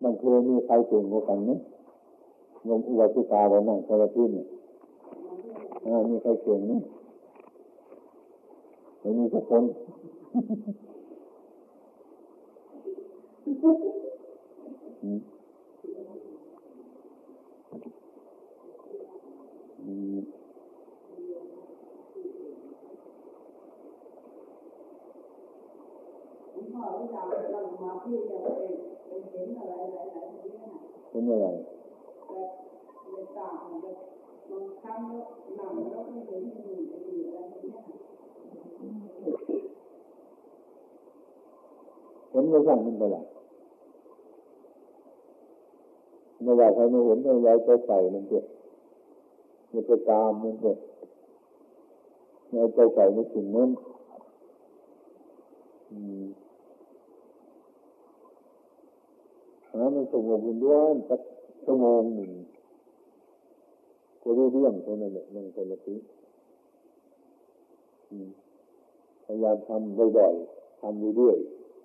บางทีมีใครเก่งกว่ากันไหมโยมอุบาสิกาเรานั่งสมาธิเนี่ยมีใครเก่งไหมไม่มีสักคนเป็นอะไรเห็นไม่ใช่มันเป็นอะไรไม่อยากให้ไม่เห็นไม่อยากจะใส่มันเถอะมันจะตามมันเถอะไม่เอาใจใส่ในสิ่งนั้นมันสงบอยู่ด้วยสักชั่วโมงหนึ่งก็รู้เรื่องเท่านั้นแหละนั่งสมาธิพยายามทำบ่อยๆทำเรื่อย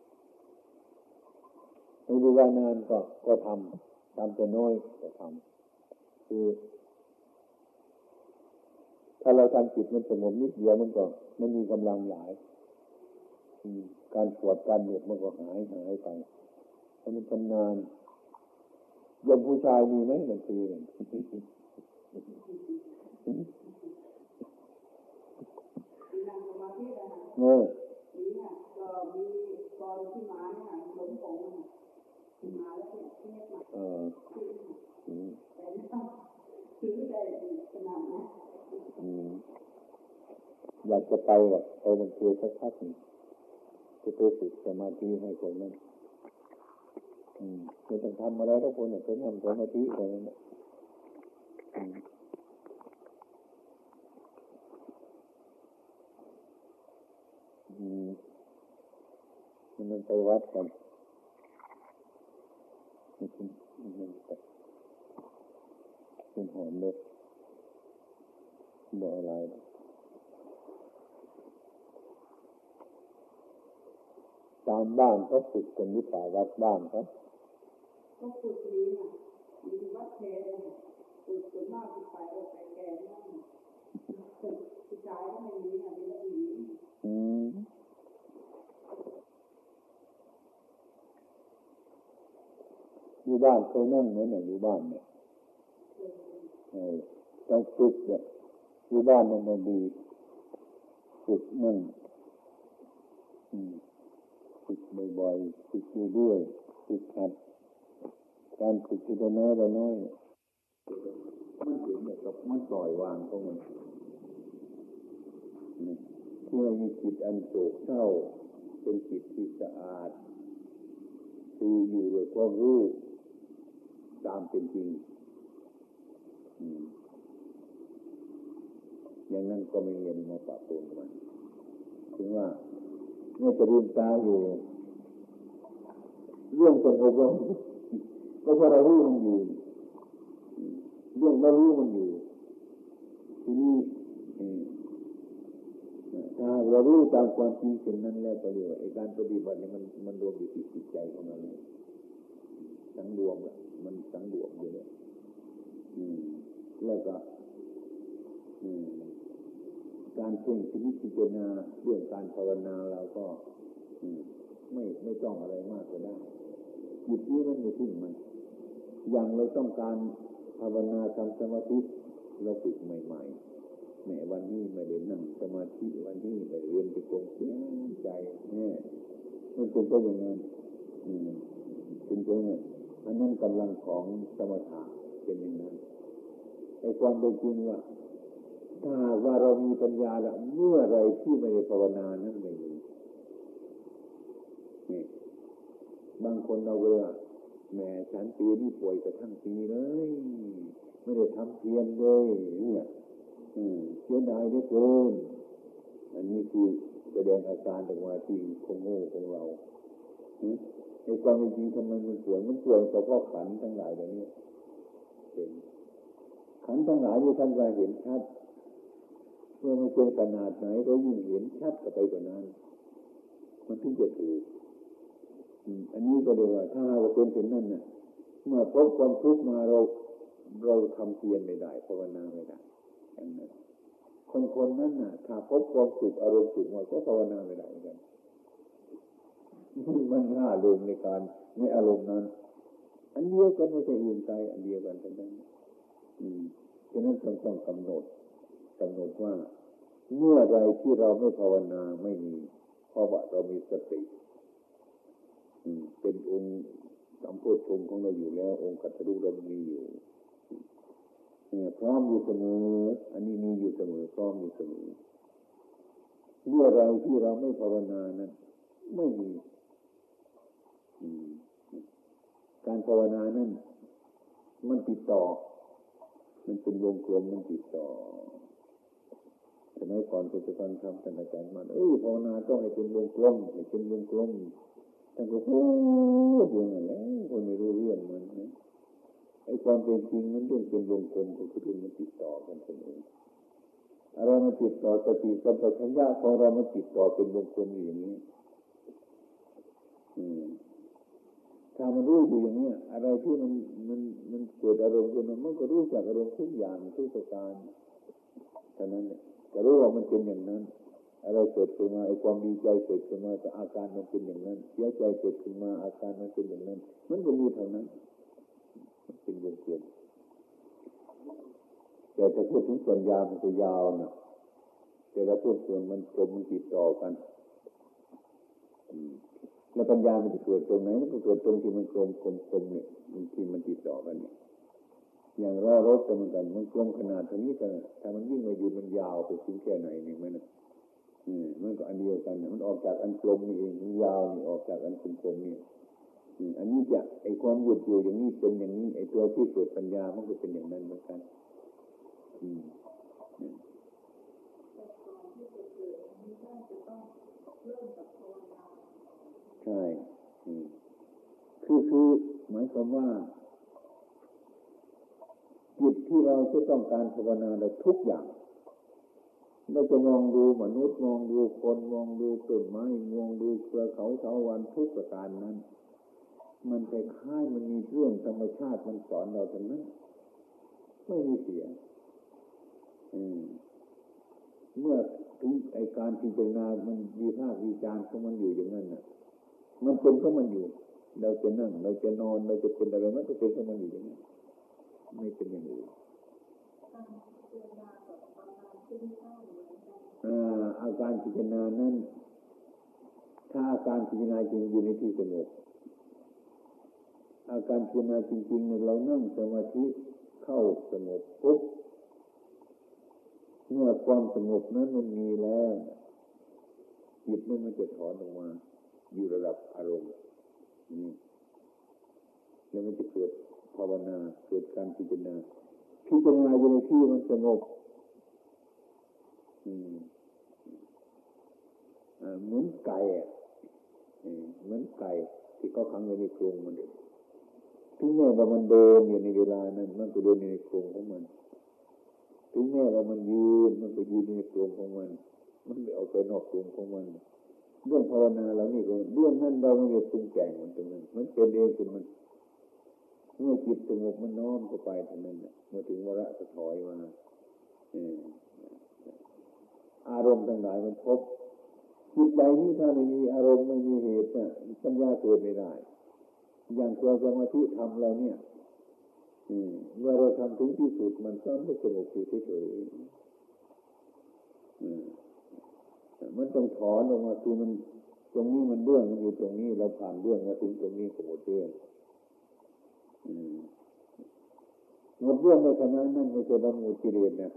ๆไม่รู้ว่านานก็ทำแต่น้อยก็ทำคือถ้าเราทำจิตมันสงบนิดเดียวมันมีกำลังหลายการปวดการเหน็บมันก็หายไปเพราะมันชำนาญยมผู้ชายมีไหมบางทีอยากจะไปแบบไปบางทีสักพักหนึ่งจะไปฝึกสมาธิให้คนนั้นไม่ต้องทำอะไรทุกคนเนี่ยเป็นทำสมาธิอะไรนั่นแหละมันไปวัดกันเป็นหอมเลยบอกอะไรตามบ้านเขาฝึกกันหรือเปล่าวัดบ้านเขาก็ฝึกดีค่ะมีวัดแทนฝึกส่วนมากที่ไปก็ไปแก่นั่นผู้ชายก็ไม่มีค่ะมีแต่ผู้หญิงอยู่บ้านเคยนั่งเหมือนอยู่บ้านเนี่ยต้องฝึกเนี่ยอยู่บ้านมันดีฝึกนั่งฝึกบ่อยๆฝึกเรื่อยๆฝึกหัดการฝึกที่น้อยมันเห็นแบบกับมันปล่อยวางของมันเพื่อให้จิตอันโศกเศร้าเป็นจิตที่สะอาดคืออยู่โดยความรู้ตามเป็นจริงอย่างนั้นก็ไม่เห็นมาปะปนมันถึงว่าเมื่อจะลืมตาอยู่เรื่องสงบเราก็เพราะเรารู้มันอยู่เรื่องเรารู้มันอยู่ทีนี้ถ้าเรารู้ตามความจริงเช่นนั้นแล้วก็เรียกว่าการปฏิบัติเนี่ยมันรวมอยู่ที่จิตใจของเราเลยสังรวมละมันสังรวมอยู่เนี่ยแล้วก็การเพ่งพิจารณาเรื่องการภาวนาเราก็ไม่ต้องอะไรมากก็ได้จิตนี้มันไม่ทิ้งมันอย่างเราต้องการภาวนาทำสมาธิเราฝึกใหม่ๆแม้วันนี้ไม่ได้นั่งสมาธิวันนี้ไม่เรียนไปกงเสียใจเนี่ยมันเป็นตัวอย่างนั้นเป็นตัวอย่างนั้นอันนั้นกำลังของสมถะเป็นอย่างนั้นไอ้ความเป็นจริงว่าถ้าว่าเรามีปัญญาแล้วเมื่อไรที่ไม่ได้ภาวนานั้นไม่มีนี่บางคนเราเลยแม่ฉันปีนี้ป่วยกระทั่งปีเลยไม่ได้ทำเพียรเลยเนี่ยเสียดายเหลือเกินอันนี้คือแสดงอาการออกมาที่คงโง่ของเราในความเป็นจริงทำไมมันป่วยเฉพาะขันทั้งหลายแบบนี้เป็นขันทั้งหลายที่ท่านก็เห็นชัดเมื่อมันเป็นขนาดไหนก็ยิ่งเห็นชัดกว่านั้นมันถึงจะถูกอันนี้ก็เรียกว่าถ้าเราเป็นเช่นนั้นน่ะเมื่อพบความทุกข์มาเราทำเพียรไม่ได้ภาวนาไม่ได้อย่างนั้นคนนั้นน่ะถ้าพบความสุขอารมณ์สุขมาก็ภาวนาไม่ได้เหมือนกันมันห้าลมในการในอารมณ์นั้นอันเดียวกันไม่ใช่อื่นไกลอันเดียวกันทั้งนั้นฉะนั้นต้องกำหนดว่าเมื่อไรที่เราไม่ภาวนาไม่มีเพราะว่าเรามีสติเป็นองค์สัมโพชฌงค์ของเราอยู่แล้วองค์กัตถรูปเรามีอยู่พร้อมอยู่เสมออันนี้มีอยู่เสมอพร้อมอยู่เสมอเมื่อไรที่เราไม่ภาวนานั้นไม่มีการภาวนานั้นมันติดต่อมันเป็นวงกลมมันติดต่อสมัยก่อนผมจะฟังธรรมท่านอาจารย์มันภาวนาต้องให้เป็นวงกลมให้เป็นวงกลมท่านก็พูดอย่างนั้นแหละคนไม่รู้เรื่องมันนะไอ้ความเป็นจริงมันเรื่องเป็นวงกลมก็คือเรื่องมันติดต่อกันเสมออะไรมันติดต่อสติสัมปชัญญะของเรามันติดต่อเป็นวงกลมอย่างนี้ถ้ามันรู้อยู่อย่างนี้อะไรที่มันเกิดอารมณ์ขึ้นมันก็รู้จักอารมณ์ทุกอย่างทุกประการเท่านั้นเนี่ยจะรู้ว่ามันเป็นอย่างนั้นอะไรเกิดขึ้นมาไอ้ความดีใจเกิดขึ้นมาแต่อาการมันเป็นอย่างนั้นเสียใจเกิดขึ้นมาอาการมันเป็นอย่างนั้นมันก็มีเท่านั้นมันเป็นวงกลมแต่ถ้าพูดถึงส่วนยาวมันก็ยาวนะแต่ละพูดส่วนมันกลมมันติดต่อกันแล้วปัญญามันจะเกิดตรงไหนมันก็เกิดตรงที่มันกลมเนี่ยที่มันติดต่อกันเนี่ยอย่างรถก็เหมือนกันมันกลมขนาดเท่านี้กันถ้ามันวิ่งมาอยู่มันยาวไปถึงแค่ไหนนี่มันก็อันเดียวกันมันออกจากอันกลมนี่เองมันยาวนี่ออกจากอันกลมนี่อันนี้จะไอ้ความหยุดอยู่อย่างนี้เป็นอย่างนี้ไอ้ตัวที่เกิดปัญญามันก็เป็นอย่างนั้นเหมือนกันใช่คือหมายความว่าจิตที่เราจะต้องการภาวนาเราทุกอย่างเราจะมองดูมนุษย์มองดูคนมองดูต้นไม้มองดูเครือเขาเถาวัลย์ทุกประการนั้นมันคล้ายๆมันมีเรื่องธรรมชาติมันสอนเราทั้งนั้นไม่มีเสียเมื่อถึงไอ้การพิจารณามันวิพากษ์วิจารณ์ของมันอยู่อย่างนั้นน่ะมันเป็นของมันอยู่เราจะนั่งเราจะนอนเราจะเป็นอะไรมันก็เป็นของมันอยู่อย่างนั้นไม่เป็นอย่างอื่นอาการพิจารณานั้นถ้าอาการพิจารณาจริงอยู่ในที่สงบอาการพิจารณาจริงๆเรานั่งสมาธิเข้าสงบปุ๊บเมื่อความสงบนั้นมันมีแล้วจิตนั้นมันจะถอนออกมาอยู่ระดับอารมณ์นี่แล้วมันจะเกิดภาวนาเกิดการพิจารณาอยู่ในที่มันสงบเหมือนไก่เหมือนไก่ที่เขาขังไว้ในกรงมันถึงแม้ว่ามันเดินอยู่ในเวลานั้นมันก็เดินในกรงของมันถึงแม้ว่ามันยืนมันก็ยืนในกรงของมันไม่ออกไปนอกกรงของมันเรื่องภาวนาเรานี่ก็เรื่องนั้นเราไม่ได้ปรุงแต่งมันตรงนั้นมันเป็นเองขึ้นมันเมื่อจิตสงบมันน้อมเข้าไปเท่านั้นเมื่อถึงวาระก็ถอยมาอารมณ์ทั้งหลายมันพบจิตใจนี้ถ้าไม่มีอารมณ์ไม่มีเหตุปัญญาเกิดไม่ได้อย่างตัวสมาธิทำเราเนี่ยเมื่อเราทำถึงที่สุดมันก็ไม่สงบอยู่เฉยๆมันต้องถอนออกมาคือมันตรงนี้มันเรื่องมันอยู่ตรงนี้เราผ่านเรื่องมาถึงตรงนี้ก็หมดเรื่องหมดเรื่องในขณะนั้นไม่ใช่บำรุงกิเลสนะ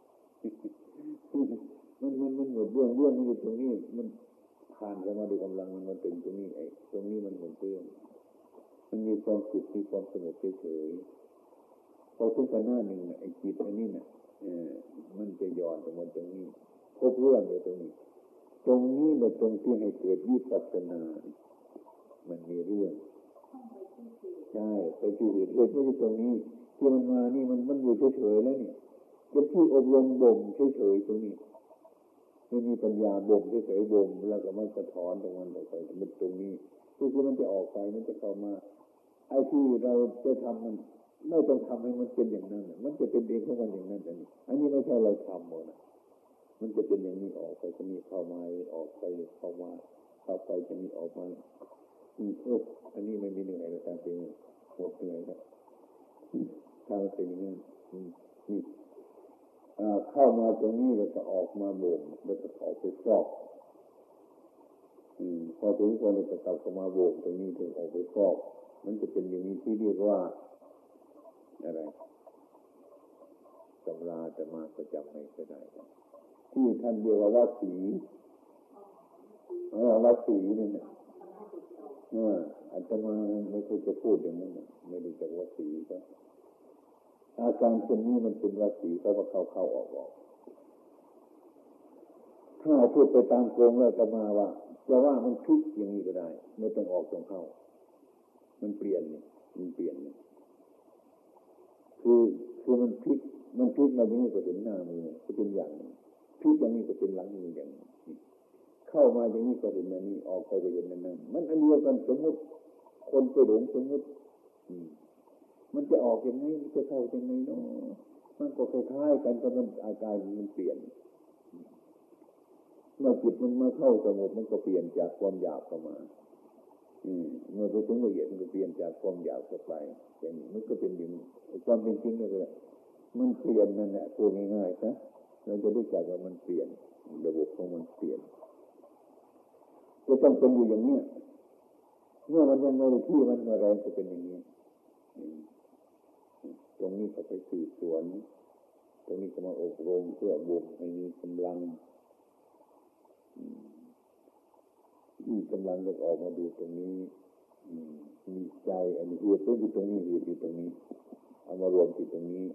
มันหมดเรื่องมันอยู่ตรงนี้มันผ่านกันมาด้วยกำลังมันมาถึงตรงนี้ไอ้ตรงนี้มันหมดเรื่องมันมีความสุขมีความสงบเฉยๆพอถึงขณะหนึ่งไอ้จิตอันนี้น่ะมันจะย้อนออกมาตรงนี้ครบเรื่องเลยตรงนี้เป็นตรงที่ให้เกิดวิปัสสนามันมีเรื่องใช่ไปที่เหตุไม่ใช่ตรงนี้ที่มันมานี่มันอยู่เฉยๆแล้วเนี่ยเป็นที่อบรมบ่มเฉยๆตรงนี้ไม่มีปัญญาบ่มเฉยๆบ่มแล้วก็มันสะท้อนตรงมันออกไปมันตรงนี้คือมันจะออกไปมันจะเข้ามาไอ้ที่เราจะทำมันไม่ต้องทำให้มันเป็นอย่างนั้นมันจะเป็นเองของมันอย่างนั้นอันนี้ไม่ใช่เราทำหมดมันจะเป็นอย่างนี้ออกไปจะมีเข้ามาออกไปเข้ามาเข้าไปจะมีออกมาอันนี้ไม่มีเหนื่อยเลยการเป็นหมดเหนื่อยครับถ้ามันเป็นอย่างนั้นนี่เข้ามาตรงนี้แล้วก็ออกมาบ่มแล้วก็ออกไปฟอกพอถึงคนจะกลับเข้ามาบ่มตรงนี้ถึงออกไปฟอกมันจะเป็นอย่างนี้ที่เรียกว่าอะไรตำราจะมาก็จำไม่ได้ที่ท่านเรียกว่าวัดสีวัดสีนั่นน่ะอาตมาไม่เคยจะพูดอย่างนั้นไม่รู้จักวัดสีก็อาการเช่นนี้มันเป็นวัดสีเขาก็เข้าออกถ้าพูดไปตามโครงแล้วอาตมาว่าจะว่ามันพลิกอย่างนี้ก็ได้ไม่ต้องออกตรงเข้ามันเปลี่ยนมันเปลี่ยนคือมันพลิกมาอย่างนี้ก็เห็นหน้ามือก็เป็นอย่างนึงพลิกอย่างนี้ก็เป็นหลังมืออย่างนึงเข้ามาอย่างนี้ก็เห็นอันนี้ออกไปก็เห็นนั่นมันอันเดียวกันสมมติคนไปหลงสมมติมันจะออกยังไงมันจะเข้ายังไงเนาะมันก็คล้ายๆกันแต่มันอาการมันเปลี่ยนเมื่อจิตมันมาเข้าสงบมันก็เปลี่ยนจากความหยาบเข้ามาเมื่อไปถึงละเอียดมันก็เปลี่ยนจากความหยาบเข้าไปอย่างนี้มันก็เป็นอย่างนี้ความเป็นจริงนั่นแหละมันเปลี่ยนนั่นแหละพูดง่ายๆนะเราจะรู้จักว่ามันเปลี่ยนระบบของมันเปลี่ยนจะต้องเป็นอยู่อย่างนี้เมื่อมันยังไม่ได้ที่มันแรงจะเป็นอย่างนี้ตรงนี้เขาไปสืบสวนตรงนี้ก็มาอบรมเพื่อบ่มให้มีกำลังก็ออกมาดูตรงนี้มีใจอันนี้เหตุอยู่ตรงนี้เหตุอยู่ตรงนี้เอามารวมที่ตรงนี้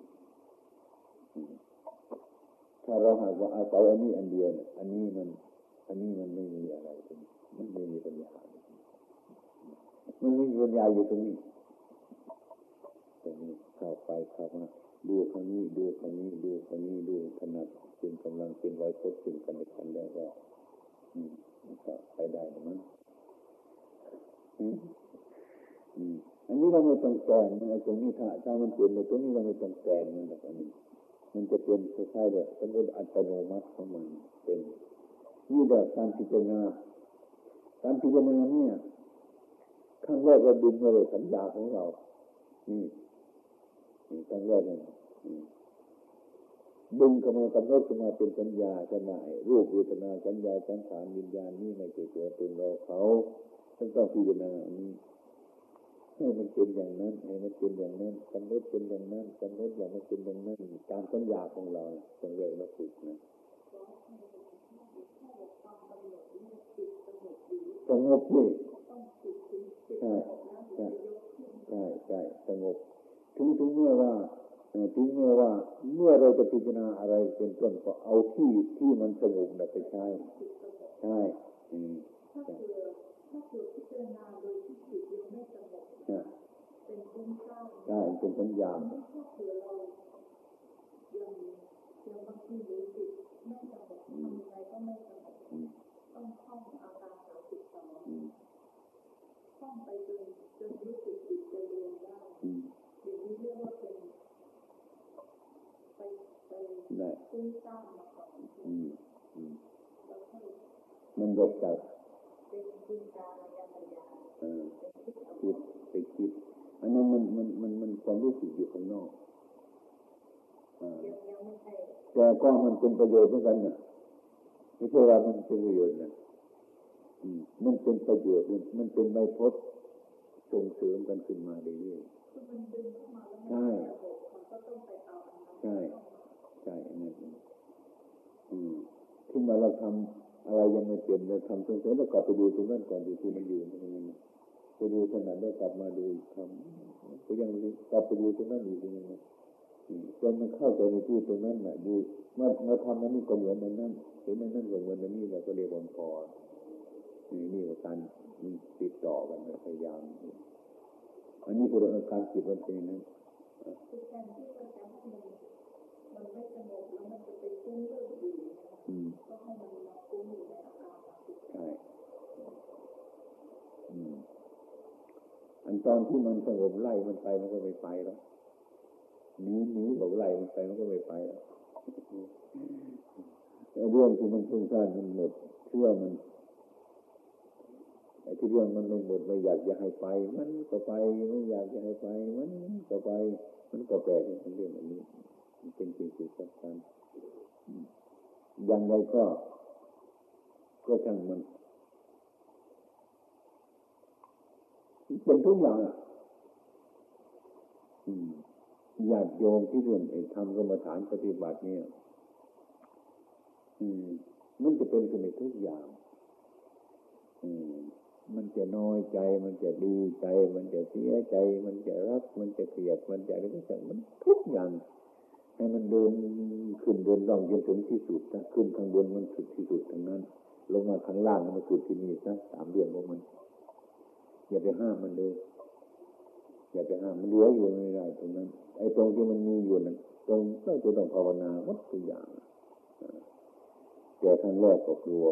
ถ้าเราหากว่าอาศัยอันนี้อันเดียวเนี่ยอันนี้มันไม่มีอะไรตรงนี้มันไม่มีปัญญามันไม่มีปัญญาอยู่ตรงนี้เข้าไปเข้ามาดูครั้งนี้ดูครั้งนี้ดูครั้งนี้ดูถนัดเป็นกำลังเป็นไว้พบเป็นกันในขันแล้วก็ไปได้หรือมั้งอันนี้เราไม่ต้องแต่งนะตรงนี้ถ้ามันเปลี่ยนในตรงนี้เราไม่ต้องแต่งมันแบบนี้มันจะเป็นคล้ายๆแบบสมมติอัตโนมัติของมันเป็นนี่แบบการพิจารณาเนี่ยครั้งแรกเราดึงมาเลยสัญญาของเรานี่ครั้งแรกเนี่ยดึงเข้ามากำหนดขึ้นมาเป็นสัญญาขณะรูปเวทนาสัญญาสังขารวิญญาณนี่ไม่ใช่ตัวตนเราเขาต้องพิจารณานี้ให้มันเป็นอย่างนั้นให้มันเป็นอย่างนั้นกำหนดเป็นอย่างนั้นกำหนดอย่างมันเป็นอย่างนั้นตามสัญญาของเราครั้งแรกเราฝึกนะสงบนี่ใช่สงบถึงเมื่อว่าเมื่อเราจะพิจารณาอะไรเป็นต้นก็เอาที่มันสงบน่ะไปใช้ใช่ถ้าเกิดพิจารณาโดยที่จิตยังไม่สงบเป็นฟุ้งซ่านใช่เป็นสัญญาถ้าเกิดเรายังบางทีหรือจิตไม่สงบทำยังไงก็ไม่สงบต้องท่องอาการ32ท่องไปจนรู้สึกจิตจะเรียนได้อย่างนี้เรียกว่าเป็นไปฟุ้งซ่านมาก่อนมันหลบจากเป็นจินตนาการคิดอันนั้นมันความรู้สึกอยู่ข้างนอกแต่ก็มันเป็นประโยชน์เหมือนกันนะไม่ใช่ว่ามันเป็นประโยชน์นะมันเป็นประโยชน์มันเป็นใบพจน์ส่งเสริมกันขึ้นมาเรื่อยๆใช่นั่นขึ้นมาเราทำอะไรยังไม่เปลี่ยนเราทำตรงๆแล้วกลับไปดูตรงนั้นก่อนดูที่มันอยู่ตรงนั้นไปดูขนาดแล้วกลับมาดูทำก็ยังกลับไปดูตรงนั้นอยู่ตรงนั้นจนมันเข้าใจในที่ตรงนั้นน่ะดูมาทำอันนี้ก็เหมือนนั้นเห็นนั่นก็เหมือนอันนี้เราก็เรียกว่าพอนี่ว่าการติดต่อกันพยายามอันนี้คือการจิตมันเป็นนั้นคือการที่ว่าการที่มันไม่สงบแล้วมันจะไปฟุ้งเรื่องอื่นก็ให้มันมาฟุ้งอยู่ในอาการใช่อันตอนที่มันสงบไล่มันไปมันก็ไม่ไปแล้วหนีบอกไล่มันไปมันก็ไม่ไปแล้วเรื่องที่มันฟุ้งซ่านมันหมดเชื่อมันไอ้ที่เรื่องมันไม่หมดไม่อยากจะให้ไปมันก็ไปไม่อยากจะให้ไปมันก็ไปมันก็แปลกในเรื่องอันนี้มันเป็นสิ่งที่สำคัญอย่างไรก็ช่างมันเป็นทุกอย่างญาติโยมที่เรื่องทำกรรมฐานปฏิบัติเนี่ยมันจะเป็นขึ้นในทุกอย่างมันจะน้อยใจมันจะดีใจมันจะเสียใจมันจะรักมันจะเกลียดมันจะอะไรก็ช่างมันทุกอย่างให้มันเดินขึ้นเดินล่องจนถึงที่สุดนะขึ้นข้างบนมันสุดที่สุดทั้งนั้นลงมาข้างล่างมันสุดที่นี่นะ3 เดือนของมันอย่าไปห้ามมันเลยอย่าไปห้ามมันเหลืออยู่ไม่ได้ตรงนั้นไอ้ตรงที่มันมีอยู่นั้นตรงก็จะต้องภาวนาหมดทุกอย่างแต่ครั้งแรกก็กลัว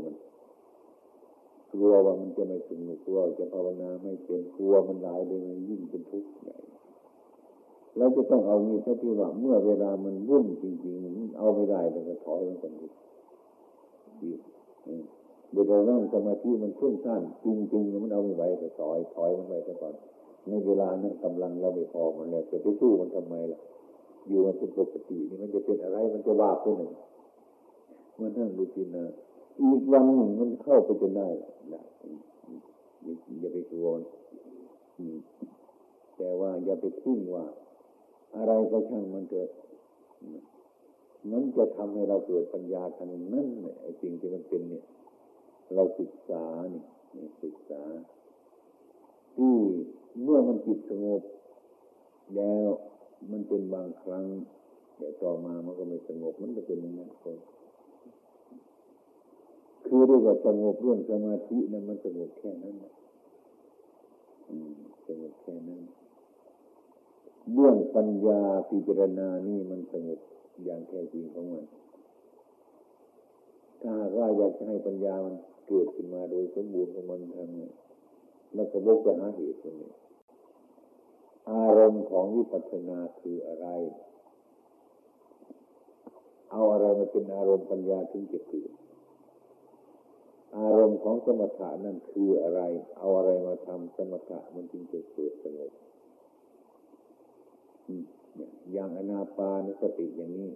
ว่ามันจะไม่สนุกกลัวจะภาวนาไม่เป็นกลัวมันหลายเลยมันยิ่งเป็นทุกข์ใหญ่เราจะต้องเอามีสติว่าเมื่อเวลามันวุ่นจริงๆเอาไม่ได้แล้วก็ถอยมันก่อนดิเวลานั่งสมาธิมันฟุ้งซ่านจริงๆมันเอาไม่ไหวก็ถอยมันไปซะก่อนในเวลานั้นกำลังเราไม่พอมันแล้วจะไปสู้มันทำไมล่ะอยู่มันเป็นปกตินี่มันจะเป็นอะไรมันจะว่าขึ้นหนึ่งมันนั่งดูกินนะอีกวันหนึ่งมันเข้าไปจนได้นะอย่าไปกลัวแต่ว่าอย่าไปทิ้งว่าอะไรก็ช่างมันเกิดมันจะทำให้เราเกิดปัญญาทางนั้นไอ้สิ่งที่มันเป็นเนี่ยเราศึกษานี่ศึกษาที่เมื่อมันจิตสงบแล้วมันเป็นบางครั้งแต่ต่อมามันก็ไม่สงบมันจะเป็นอย่างนั้นคือเรียกว่าสงบเรื่องสมาธินั้นมันสงบแค่นั้นสงบแค่นั้นเรื่องปัญญาพิจารณานี่มันสงบอย่างแท้จริงของมันถ้าว่าอยากจะให้ปัญญามันเกิดขึ้นมาโดยสมบูรณ์ของมันทำไงแล้วก็วกไปหาเหตุนี้อารมณ์ของวิปัสสนาคืออะไรเอาอะไรมาเป็นอารมณ์ปัญญาถึงจะเกิดอารมณ์ของสมถะนั่นคืออะไรเอาอะไรมาทำสมถะมันจึงจะเกิดสงบอย่างอานาปานสติอย่างนี้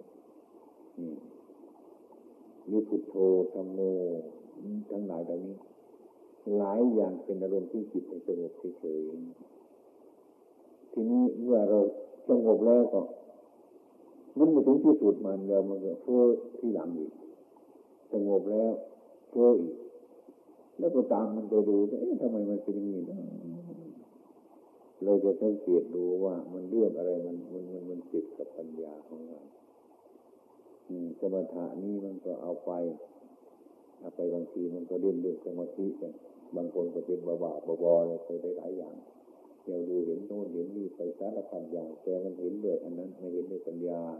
หรือพุทโธธัมโมทั้งหลายเหล่านี้หลายอย่างเป็นอารมณ์ที่จิตให้สงบเฉยๆทีนี้เมื่อเราสงบแล้วก็มันไม่ถึงที่สุดมันแล้วมันก็เฟ้อที่หลังอีกสงบแล้วเฟ้ออีกแล้วก็ตามมันไปดูทำไมมันเป็นอย่างนี้นะเราจะสังเกตดูว่ามันเรื่องอะไรมันติดกับปัญญาของเราสมถะนี้มันก็เอาไปบางทีมันก็เล่นเรื่องสมาธิกันบางคนก็เป็นบ้าๆบอๆเลยไปได้หลายอย่างเราดูเห็นโน่นเห็นนี่ไปสารพัดอย่างแต่มันเห็นด้วยอันนั้นไม่เห็นด้วยปัญญา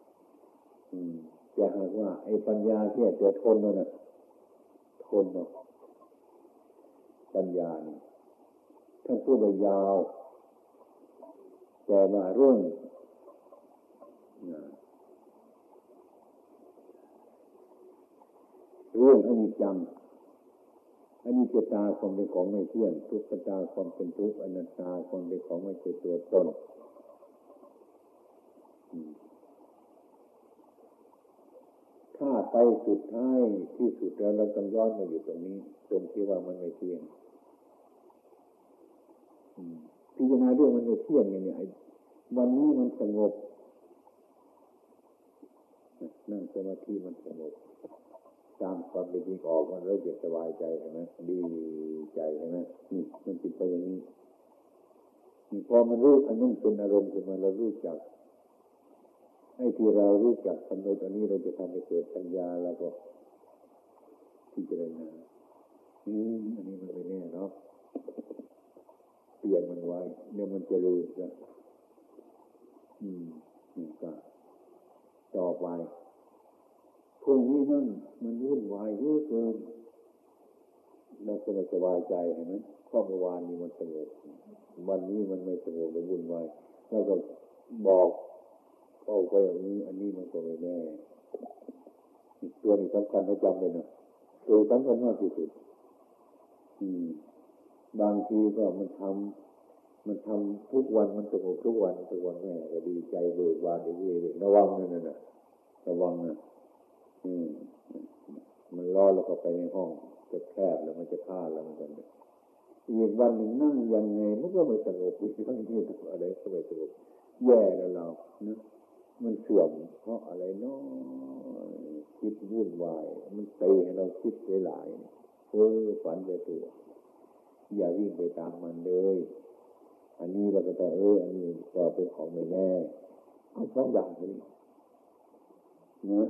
แต่หากว่าไอ้ปัญญาที่จะทนนั่นน่ะทนเนาะปัญญานี่ท่านพูดไปยาวแต่ว่าเรื่องอนิจจังอนิจจตาความเป็นของไม่เที่ยงทุกขตาความเป็นทุกข์อนัตตาความเป็นของไม่ใช่ตัวตนถ้าไปสุดท้ายที่สุดแล้วเราต้องย้อนมาอยู่ตรงนี้ตรงที่ว่ามันไม่เที่ยงพิจารณาเรื่องมันไม่เที่ยงเนี่ยวันนี้มันสงบนั่งสมาธิมันสงบตามความเป็นจริงออกมันแล้วจะสบายใจใช่ไหมดีใจใช่ไหมนี่มันเป็นไปอย่างนี้พอมันรู้อันนั้นเป็นอารมณ์ขึ้นมาเรารู้จักไอ้ที่เรารู้จักกำหนดอันนี้เราจะทำให้เกิดปัญญาแล้วก็พิจารณาอันนี้มันไม่แน่เนาะเปลี่ยนมันไว้เดี๋ยวมันจะรู้จะก็ต่อไปพวกนี้นั่นมันวุ่นวายเยอะเกินเราก็ไม่สบายใจเห็นไหมเพราะเมื่อวานนี้มันสงบวันนี้มันไม่สงบเลยวุ่นวายแล้วก็บอกเข้าไปอย่างนี้อันนี้มันก็ไม่แน่ตัวนี้สำคัญต้องจำเลยนะตัวสำคัญมากที่สุดบางทีก็มันทำทุกวันมันสงบทุกวันแม่ก็ดีใจเบิกบานอย่างนี้ระวังนั่นน่ะระวังนะมันร้อนแล้วก็ไปในห้องจะแคบแล้วมันจะฆ่าแล้วมันกันอีกวันหนึ่งนั่งยังไงมันก็ไม่สงบอีกทั้งที่อะไรก็ไม่สงบแย่แล้วเรานะมันเสื่อมเพราะอะไรเนาะคิดวุ่นวายมันเตะให้เราคิดหลายฝันไปตัวอย่าวิ่งไปตามมันเลยอันนี้เราก็ต้องอันนี้ก็เป็นของไม่แน่เอาสองอย่างนี้นะ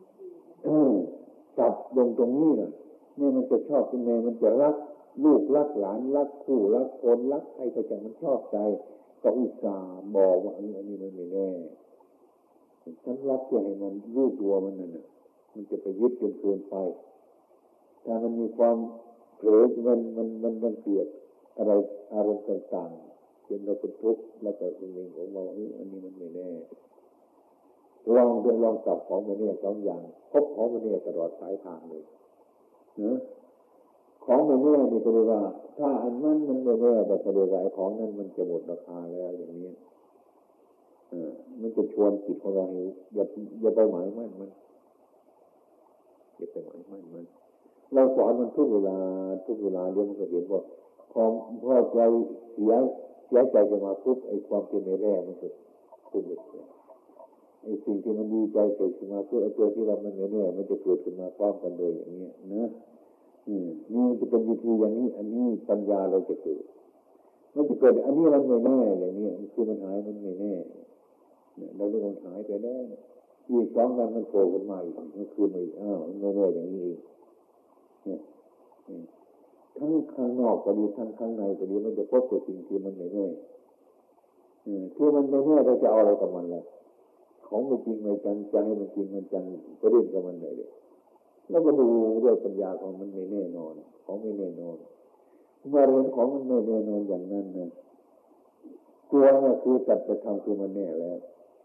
จับลงตรงนี้นะเนี่ยมันจะชอบยังไงมันจะรักลูกรักหลานรักคู่รักคนรักใครก็จะมันชอบใจก็อุตส่าห์บอกว่าอันนี้มันไม่แน่ฉันรักจะให้มันรู้ตัวมันนั่นน่ะมันจะไปยึดจนเกินไปถ้ามันมีความเผลอมันเปลี่ยนอะไรอารมณ์ต่างๆจนเราเป็นทุกข์แล้วก็เองของเราอันนี้มันไม่แน่ลองจับของไม่แน่สองอย่างพบของไม่แน่ตลอดสายทางเลยนะของไม่แน่นี่ก็เรียกว่าถ้าอันนั้นมันไม่แน่แต่เรียกว่าของนั้นมันจะหมดราคาแล้วอย่างนี้มันจะชวนจิตของเราอย่าไปหมายมั่นมันอย่าไปหมายมั่นมันเราสอนมันทุกเวลาเรื่องมันก็เห็นว่าความพอใจเสียใจจะมาปุ๊บไอ้ความเป็นไม่แน่มันก็ขึ้นเลยไอ้สิ่งที่มันดีใจเกิดขึ้นมาเพื่อไอ้ตัวที่ว่ามันไม่แน่มันจะเกิดขึ้นมาพร้อมกันเลยอย่างเงี้ยนะนี่จะเป็นวิธีอย่างนี้อันนี้ปัญญาเราจะเกิดมันจะเกิดอันนี้มันไม่แน่อย่างนี้คือมันหายมันไม่แน่เราเรื่องมันหายไปแล้วอีก2 วันมันโผล่ขึ้นมาอีกมันคือไม่ไม่แน่อย่างนี้เนี่ยทั้งข้างนอกก็ดีทั้งข้างในก็ดีมันจะพบแต่สิ่งที่มันไม่แน่ที่มันไม่แน่เราจะเอาอะไรกับมันล่ะของมันจริงไม่จังใจมันจริงมันจังจะเล่นกับมันไหนเลยแล้วก็ดูด้วยปัญญาของมันไม่แน่นอนของไม่แน่นอนเมื่อเห็นของมันไม่แน่นอนอย่างนั้นนะตัวนี่คือจัดไปทำคือมันแน่แล้ว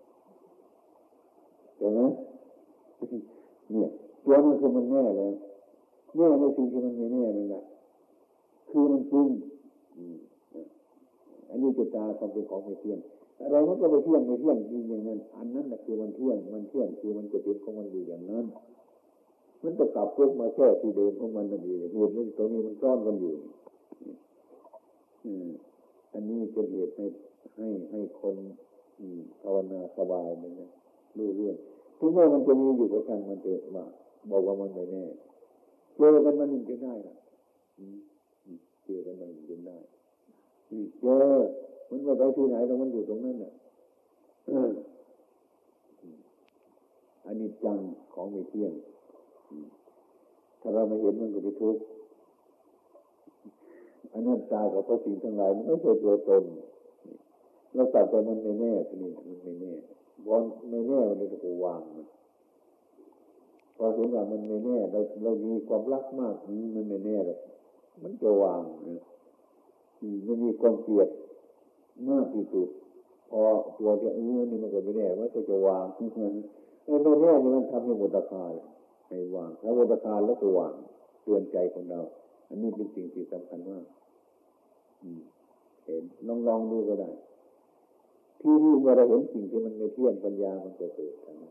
เห็นไหมเนี่ยตัวนี้คือมันแน่แล้วแน่ในสิ่งที่มันไม่แน่นั่นแหละคือมันจริงอันนี้จิตตาความเป็นของไม่เที่ยงอะไรมันก็ไม่เที่ยงจริงอย่างนั้นอันนั้นแหละคือมันเที่ยงคือมันจะเป็นของมันอยู่อย่างนั้นมันจะกลับพวกมาแค่ที่เดิมของมันนั่นเองเหตุไม่ตรงนี้มันซ่อนกันอยู่อันนี้เป็นเหตุให้คนภาวนาสบายเลยนะรู้เรื่องถึงแม้มันจะมีอยู่กับท่านมันเถอะว่าบอกว่ามันไม่แน่เจอกันมันจะได้ล่ะเจอกันมันจะได้เจอมันไม่ไปที่ไหนแล้วมันอยู่ตรงนั้นน่ะอันนี้จังของไม่เที่ยงถ้าเราไม่เห็นมันก็ไปทุกข์อันนั้นตายกับเพราะสิ่งทั้งหลายมันไม่ใช่ตัวตนเราตัดไปมันไม่แน่ทีนี้มันไม่แน่พอไม่แน่มันเลยต้องวางมันพอถึงว่ามันไม่แน่เรามีความรักมากมันไม่แน่หรอกมันจะวางมันมีความเกลียดมากที่สุดพอตัวที่นี่มันก็ไม่แน่มันก็จะวางไม่แน่นี่มันทำให้หมดราคาเลยให้วางถ้าหมดราคาแล้วก็วางเตือนใจของเราอันนี้เป็นสิ่งที่สำคัญมากเห็นลองดูก็ได้ที่นี่เมื่อเราเห็นสิ่งที่มันไม่เที่ยงปัญญามันก็เกิดนะ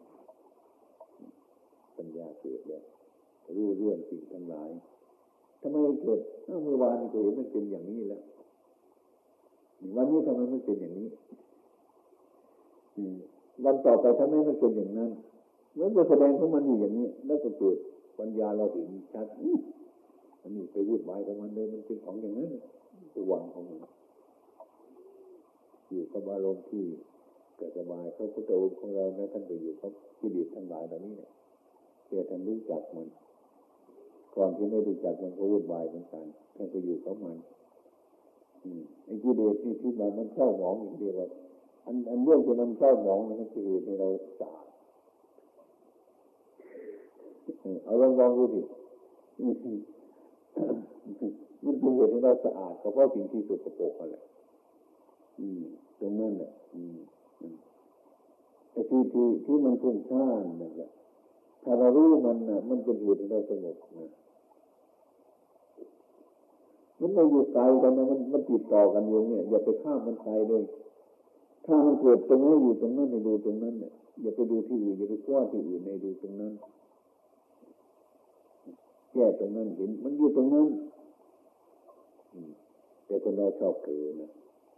ปัญญาเกิดแล้วรู้เรื่องสิ่งทั้งหลายทำไมเกิดเมื่อวานก็เห็นมันเป็นอย่างนี้แล้ววันนี้ทำไมมันเป็นอย่างนี้วันต่อไปทำไมมันเป็นอย่างนั้นแล้วก็แสดงของมันอยู่อย่างนี้แล้วก็เกิดปัญญาเราเห็นชัดอันนี้ไปวุ่นวายกับมันเลยมันเป็นของอย่างนั้นตัววางของมันอยู่กับอารมณ์ที่สบายเขาพุทธองค์ของเรานะท่านไปอยู่กับกิเลสทั้งหลายเหล่านี้เนี่ยแต่ท่านรู้จักมันก่อนที่ไม่รู้จักมันก็วุ่นวายเหมือนกันท่านไปอยู่กับมันไอ้กิเลสที่มันเศร้าหมองอย่างเดียวว่าอันเรื่องที่มันเศร้าหมองมันคือเหตุให้เราสาบเอาลองดูดิมันเป็นเหตุให้เราสะอาดก็เพราะสิ่งที่สกปรกนั่นแหละตรงนั้นแหละไอ้ที่มันฟุ้งซ่านนั่นแหละถ้าเรารู้มันน่ะมันเป็นเหตุให้เราสงบนะมันไม่อยู่ไกลกันนะมันติดต่อกันอยู่เนี่ยอย่าไปข้ามมันไปเลยถ้ามันเกิดตรงนี้อยู่ตรงนั้นให้ดูตรงนั้นเนี่ยอย่าไปดูที่อื่นอย่าไปกว้าที่อื่นในดูตรงนั้นแก้ตรงนั้นเห็นมันอยู่ตรงนั้นแต่คนเราชอบเผลอนะ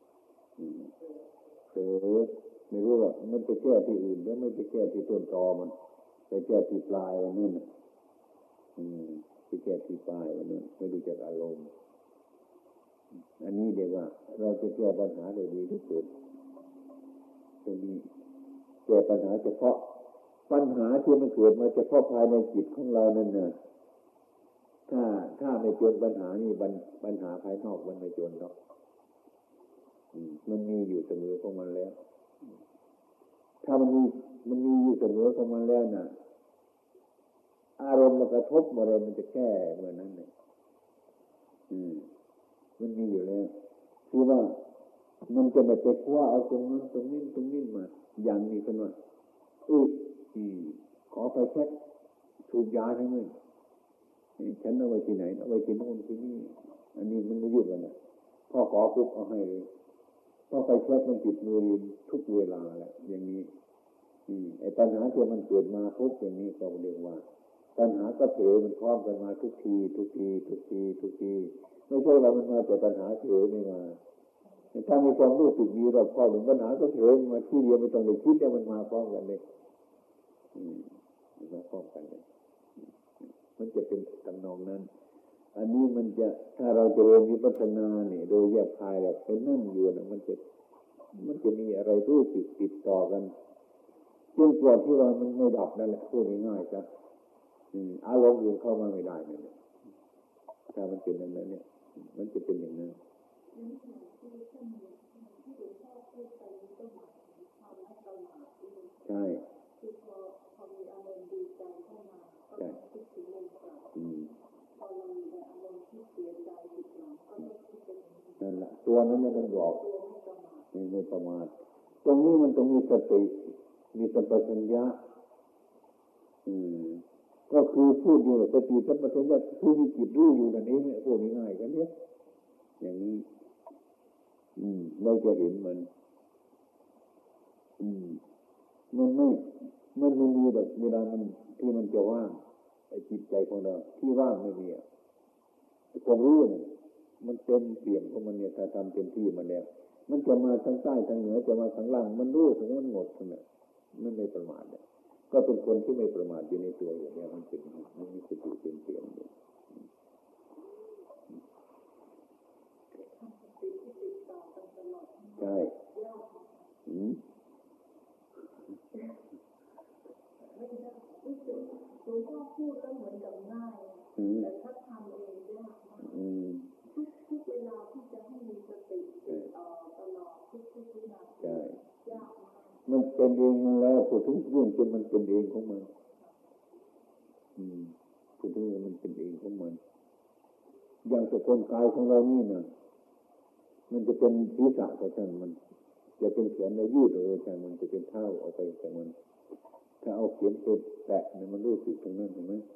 เผลอไม่รู้ว่ามันไปแก้ที่อื่นแล้วไม่ไปแก้ที่ต้นตอมันไปแก้ที่ปลายวันนู้นไปแก้ที่ปลายวันนู้นไม่ดูจากอารมณ์อันนี้เรียกว่าเราจะแก้ปัญหาได้ดีที่สุดตรงนี้แก้ปัญหาเฉพาะปัญหาที่มันเกิดมาเฉพาะภายในจิตของเรานั่นน่ะถ้าไม่จนปัญหานี่ปัญหาภายนอกมันไม่จนหรอกมันมีอยู่เสมอของมันแล้วถ้ามันมีอยู่เสมอของมันแล้วน่ะอารมณ์มันกระทบอะไรมันจะแก้เมื่อนั้นเนี่ยมันมีอยู่แล้วคือว่ามันจะไม่ไปคว้าเอาตรงนั้นตรงนี้มาอย่างนี้กันว่าขอไปแค่ถูกยาทั้งนั้นฉันเอาไว้ที่ไหนเอาไว้ที่โน่นที่นี่อันนี้มันไม่ยุ่งกันนะพ่อขอปุ๊บเอาให้เลยพ่อไปแค่มันติดมือทุกเวลาแหละอย่างนี้ไอ้ปัญหาที่มันเกิดมาทุกอย่างนี้ก็เรียกว่าปัญหาก็เผยมันพร้อมกันมาทุกทีไม่ใช่ว่ามันมาแต่ปัญหาเผยไม่มาถ้ามีความรู้สึกดีรอบคอบถึงปัญหาก็เผยมาที่เดียวไม่ต้องไปคิดแต่มันมาพร้อมกันเลยมาพร้อมกันเลยมันจะเป็นทำนองนั้นอันนี้มันจะถ้าเราจะเรียนวิปัสสนาเนี่ยโดยแยบคายแบบไปนั่งอยู่นะมันจะมีอะไรรู้สึกติดต่อกันจนกว่าที่ว่ามันไม่ดับนั่นแหละพูดง่ายๆจ้ะอารมณ์อื่นเข้ามาไม่ได้นั่นแหละถ้ามันเป็นอย่างนั้นเนี่ยมันจะเป็นอย่างนั้นใช่ใช่นั่นแหละตัวนั้นเนี่ยมันบอกไม่ประมาทตรงนี้มันต้องมีสติมีสัมปชัญญะก็คือพูดอยู่สติสัมปชัญญะคือมีจิตรู้อยู่นั่นเองพูดง่ายๆกันเนี่ยอย่างนี้เราจะเห็นมันมันไม่มีดอกเวลามันที่มันจะว่างไอ้จิตใจของเราที่ว่างไม่มีความรู้เนี่ยมันเต็มเปี่ยมของมันเนี่ยถ้าทำเต็มที่มันแล้วมันจะมาทางใต้ทางเหนือจะมาทางล่างมันรู้ทั้งมันหมดทั้งนั้นมันไม่ประมาทเลยก็เป็นคนที่ไม่ประมาทอยู่ในตัวอย่างนี้มันเป็นมันมีสติเต็มเปี่ยมอยู่ใช่หลวงพ่อพูดแล้วเหมือนกับง่ายแต่ถ้าทำเองยากมากทุกเวลาที่จะให้มีสติตลอดทุกวินาทียากมากมันเป็นเองแล้วพูดถึงเรื่องจนมันเป็นเองของมันพูดถึงมันเป็นเองของมันอย่างสกุลกายของเรานี่นะมันจะเป็นศีรษะก็ช่างมันจะเป็นแขนในยืดออกไปช่างมันจะเป็นเท้าออกไปช่างมันถ้าเอาเข็มไปแตะเนี่ยมันรู้สึกตรงนั้นเห็นไหม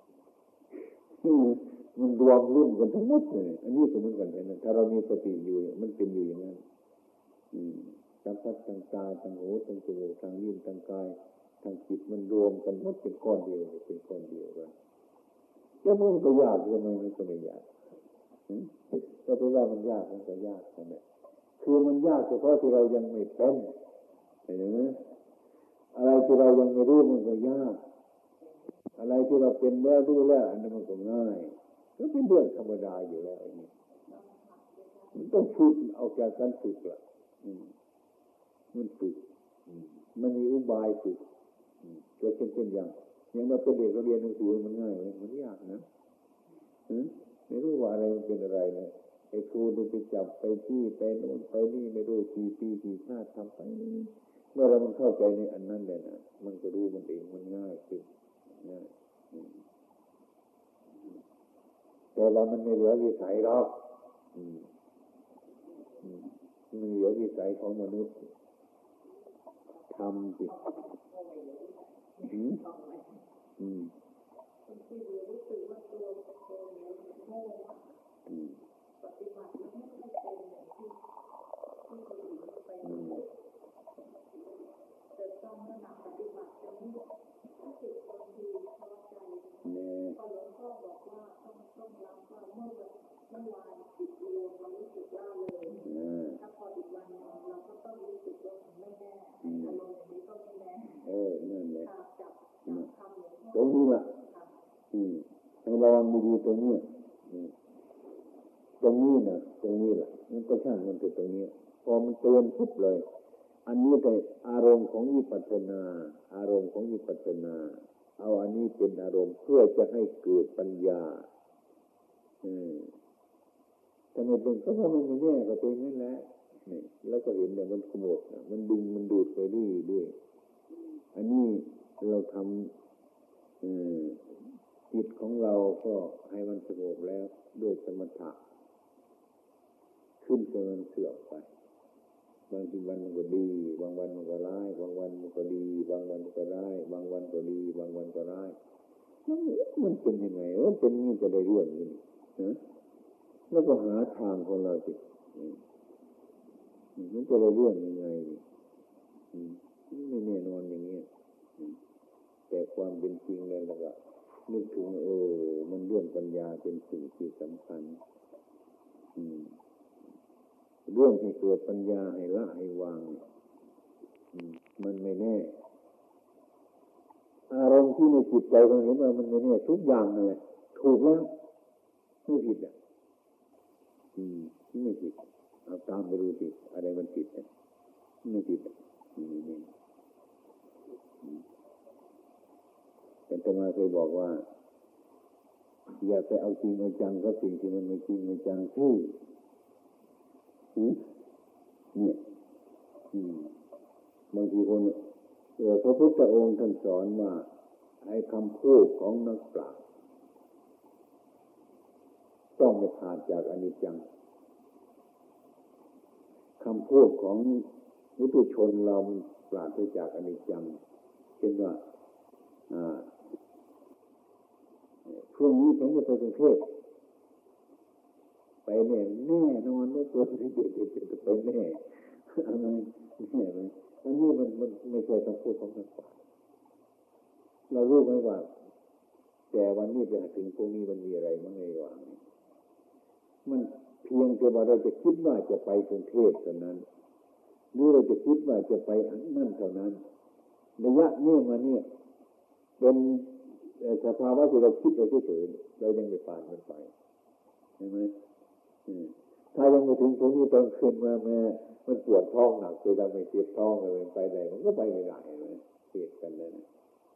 มันรวมรุ่นกันทั้งหมดเลยอันนี้สมมติกันนะถ้าเรามีสติอยู่มันเป็นอยู่อย่างนั้นสัมผัสทางตาทางหูทางจมูกทางลิ้นทางกายทางจิตมันรวมกันหมดเป็นก้อนเดียวเป็นก้อนเดียวกันแล้วมันก็ยากทำไมมันก็ไม่ยากก็เพราะว่ามันยากมันก็ยากนั่นแหละคือมันยากเฉพาะที่เรายังไม่เป็นเห็นไหมอะไรที่เรายังไม่รู้มันก็ยากอะไรที่เราเป็นแล้วรู้แล้วอันนั้นมันก็ง่ายก็เป็นเรื่องธรรมดาอยู่แล้วอันนี้มันต้องฝึกเอาจากการฝึกละมันฝึกมันมีอุบายฝึกก็เช่นอย่างเราเป็นเด็กเราเรียนหนังสือมันง่ายมันยากนะไม่รู้ว่าอะไรมันเป็นอะไรเลยไอ้ครูไปจับไปที่ไปโน่นไปนี่ไม่รู้กี่ปีกี่ชาติทำไปเมื่อเรามันเข้าใจในอันนั้นเลยนะมันก็รู้มันเองมันง่ายขึ้นง่ายแต่เรามันไม่เหลือวิสัยหรอกมันเหลือวิสัยของมนุษย์ทำสิปฏิบัติแล้วไม่ได้เป็นอย่างที่คนอื่นเป็นแต่ต้องระดับปฏิบัติจะไม่ถ้าจิตบางทีท้อใจพอหลวงพ่อบอกว่าต้องรับว่าเมื่อวานจิตรวมเรารู้สึกว่าเลยถ้าพออีกวันเราก็ต้องรู้สึกว่าไม่แน่อารมณ์อย่างนี้ก็ไม่แน่นั่นแหละจับคำหลวงพ่อตรงนี้แหละให้ระวังดีๆตรงนี้ตรงนี้นะตรงนี้แหละมันก็ช่างมันเป็นตรงนี้พอมันเตือนปุ๊บเลยอันนี้แต่อารมณ์ของวิปัสสนาอารมณ์ของวิปัสสนาเอาอันนี้เป็นอารมณ์เพื่อจะให้เกิดปัญญาแต่ไม่เป็นก็เพราะมันไม่แน่ก็เป็นนั่นแหละนี่แล้วก็เห็นเนี่ยมันขโมยมันดึงมันดูดไปด้วยอันนี้เราทำจิตของเราก็ให้มันสงบแล้วด้วยสมถะขึ้นจนมันเสื่อมไปบางทีวันมันก็ดีบางวันมันก็ร้ายบางวันมันก็ดีบางวันก็ร้ายบางวันก็ดีบางวันก็ร้ายมันเป็นยังไงเป็นนี่จะได้เรื่องนี้นะแล้วก็หาทางของเราสิมันจะได้เรื่องยังไงไม่แน่นอนอย่างนี้แต่ความเป็นจริงแล้วก็นึกถึงมันเรื่องปัญญาเป็นสิ่งที่สำคัญเรื่องให้เกิดปัญญาให้ละให้วางมันไม่แน่อารมณ์ที่ในจิตใจเราเห็นว่ามันไม่แน่ทุกอย่างนั่นแหละถูกแล้วไม่ผิดไม่ผิดเอาตามไปดูสิอะไรมันผิดไม่ผิดนี่แต่อาตมาเคยบอกว่าอย่าไปเอาจริงเอาจังกับสิ่งที่มันไม่จริงไม่จังที่เนี่ยบางทีคนพระพุทธองค์ท่านสอนว่าไอ้คำพูดของนักปราชญ์ต้องไม่ขาดจากอนิจจังคำพูดของมุตุชนเราปราศจากอนิจจังเช่นว่าพรุ่งนี้ฉันจะไปกรุงเทพไปแน่นอนแล้วตัวที่เด็ดๆไปแน่อะไรแน่เลยอันนี้มันไม่ใช่คำพูดของนักปราชญ์เรารู้ไหมว่าแต่วันนี้ไปถึงพรุ่งนี้มันมีอะไรบ้างในระหว่างนี้มันเพียงแต่ว่าเราจะคิดว่าจะไปกรุงเทพเท่านั้นหรือเราจะคิดว่าจะไปนั่นเท่านั้นระยะนี้มาเนี่ยเป็นสภาวะที่เราคิดเราเฉยๆเรายังไม่ผ่านมันไปใช่ไหมถ้ายังไม่ถึงตรงนี้ตอนคืนมามันปวดท้องหนักคือเราไม่เจ็บท้องอะไรไปไหนมันก็ไปไม่ได้เลยเสียดกันแล้วนะ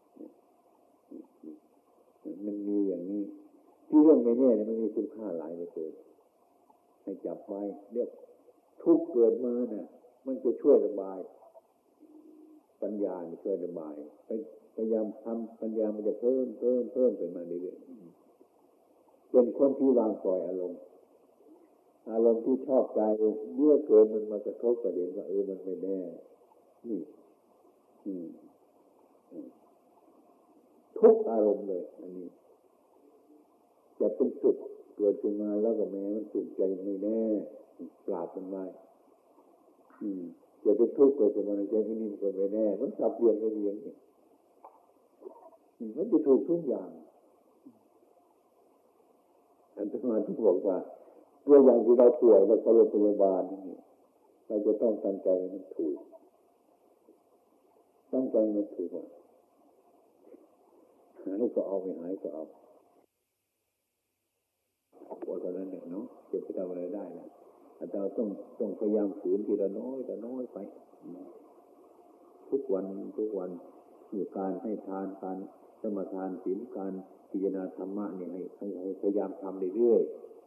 มันมีอย่างนี้ที่เรื่องไม่แน่เนี่ยมันมีคุณค่าหลายเหลือเกินให้จับไว้เรียกทุกเกิดมาเนี่ยมันจะช่วยระบายปัญญาช่วยระบายพยายามทำปัญญามันจะเพิ่มขึ้นมาเรื่อยๆเป็นคนที่วางปล่อยอารมณ์ที่ชอบใจเมื่อเกิดมันมากระทบประเด็นว่ามันไม่แน่นี่ทุกอารมณ์เลยอันนี้จะเป็นสุขเกิดขึ้นมาแล้วก็แม้มันสุขใจไม่แน่ปราบมันไว้จะเป็นทุกข์เกิดขึ้นมาในใจที่นี่มันก็ไม่แน่มันสับเปลี่ยนไปเรื่อยๆมันจะถูกทุกอย่างอันตรายที่บอกว่าตัวอย่างที่เราป่วยเราเข้าโรงพยาบาลนี่เราจะต้องตั้งใจให้มันถูกตั้งใจมันถูกว่าหายก็เอาไม่หายก็เอาว่าตอนนั้นเนี่ยเนาะจะไปทำอะไรได้นะเราต้องพยายามฝืนทีละน้อยไปทุกวันมีการให้ทานการสมาทานศีลการพิจารณาธรรมะเนี่ยให้พยายามทำเรื่อย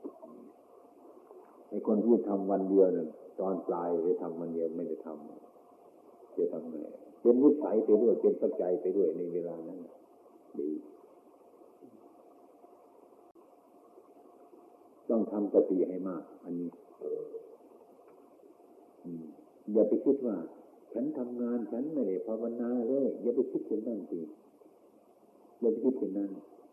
ๆไอ้คนที่ทำวันเดียวเนี่ยตอนปลายไปทำวันเดียวไม่ได้ทำจะทำไงเป็นนิสัยไปด้วยเป็นปัจจัยไปด้วยในเวลานั้นดีต้องทำสติให้มากอันนี้อย่าไปคิดว่าฉันทำงานฉันไม่ได้ภาวนาเลยอย่าไปคิดเช่นนั้นสิอย่าไปคิดเช่นนั้น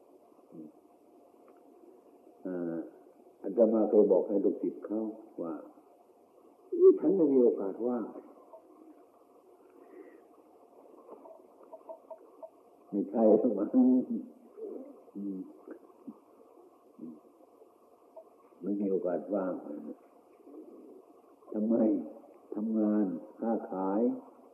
อาตมาเคยบอกให้ลูกศิษย์เขาว่าฉันไม่มีโอกาสว่างไม่ใช่หรอกมั้งไม่มีโอกาสว่างทำไมทำงานค้าขาย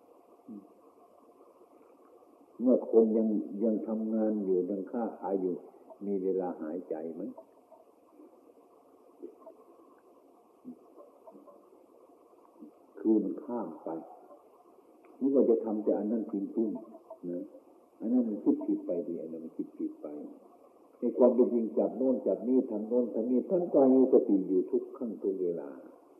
เมื่อคนยังทำงานอยู่ยังค้าขายอยู่มีเวลาหายใจไหมคือมันข้ามไปนี่ก็จะทำแต่อันนั้นจริงๆนะอันนั้นมันคิดผิดไปดิอันนั้นมันคิดผิดไปในความเป็นจริงจับโน่นจับนี่ทำโน่นทำนี่ท่านก็มีสติอยู่ทุกขั้นทุกเวลา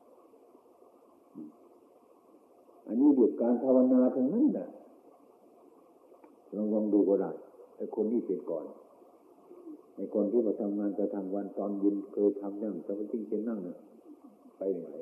อันนี้เรื่องการภาวนาทั้งนั้นน่ะลองดูก็ได้ไอ้คนที่เป็นก่อนไอ้คนที่มาทำงานกระทั่งวันตอนเย็นเคยทำนั่งสมาธิเช่นนั่งน่ะไปไม่ไหว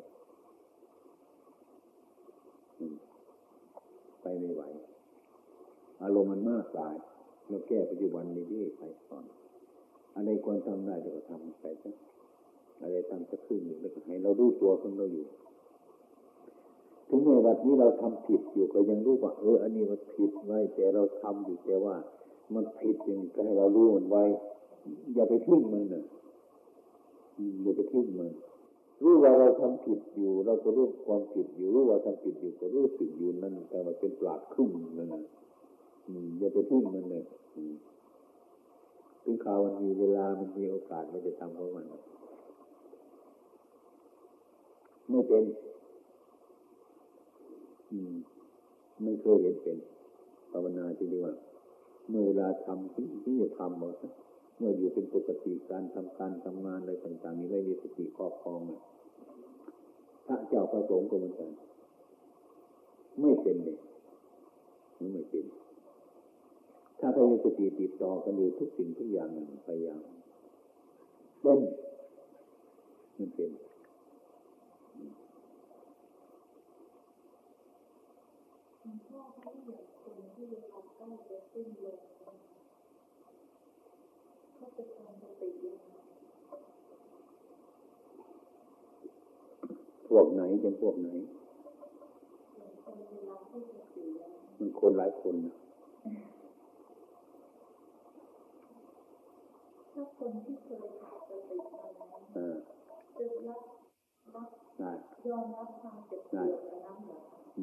ไปไม่ไหวอารมณ์มันมากตายเราแก้ปัจจุบันนี้ไปก่อนอะไรควรทำได้เราก็ทำไปซะอะไรทำสักครึ่งหนึ่งแล้วก็ให้เรารู้ตัวของเราอยู่ถึงในวันนี้เราทำผิดอยู่ก็ยังรู้ว่าอันนี้มันผิดไว้แต่เราทำอยู่แต่ว่ามันผิดอย่างก็ให้เรารู้มันไว้อย่าไปทิ้งมันนะอย่าไปทิ้งมันรู้ว่าเราทำผิดอยู่เราก็รู้ความผิดอยู่รู้ว่าทำผิดอยู่ก็รู้สึกอยู่นั่นแต่มันเป็นปราดครึ่งนั่นนะอย่าไปทิ้งมันเลยถึงข่าวมันมีเวลามันมีโอกาสมันจะทำของมันไม่เป็นไม่เคยเห็นเป็นภาวนาจริงๆว่าเมื่อเวลาทำที่จะทำเมื่ออยู่เป็นปกติการทำงานอะไรต่างๆนี้ไม่มีสติครอบครองพระเจ้าประสงค์ก็เหมือนกันไม่เป็นเลยไม่เป็นถ้าเรามีสติติดต่อกันอยู่ทุกสิ่งทุกอย่างพยายามเป็นมันเป็นพ่อเขาอย่างคนที่เราใกล้จะสิ้นลมเขาจะทำสติยังไงพวกไหนจะพวกไหนคนเวลาที่จะเสียมันคนหลายคนนะถ้าคนที่เคยขาดสติมาแล้วจะรับยอมรับความเจ็บปวดอันนั้นเหรอ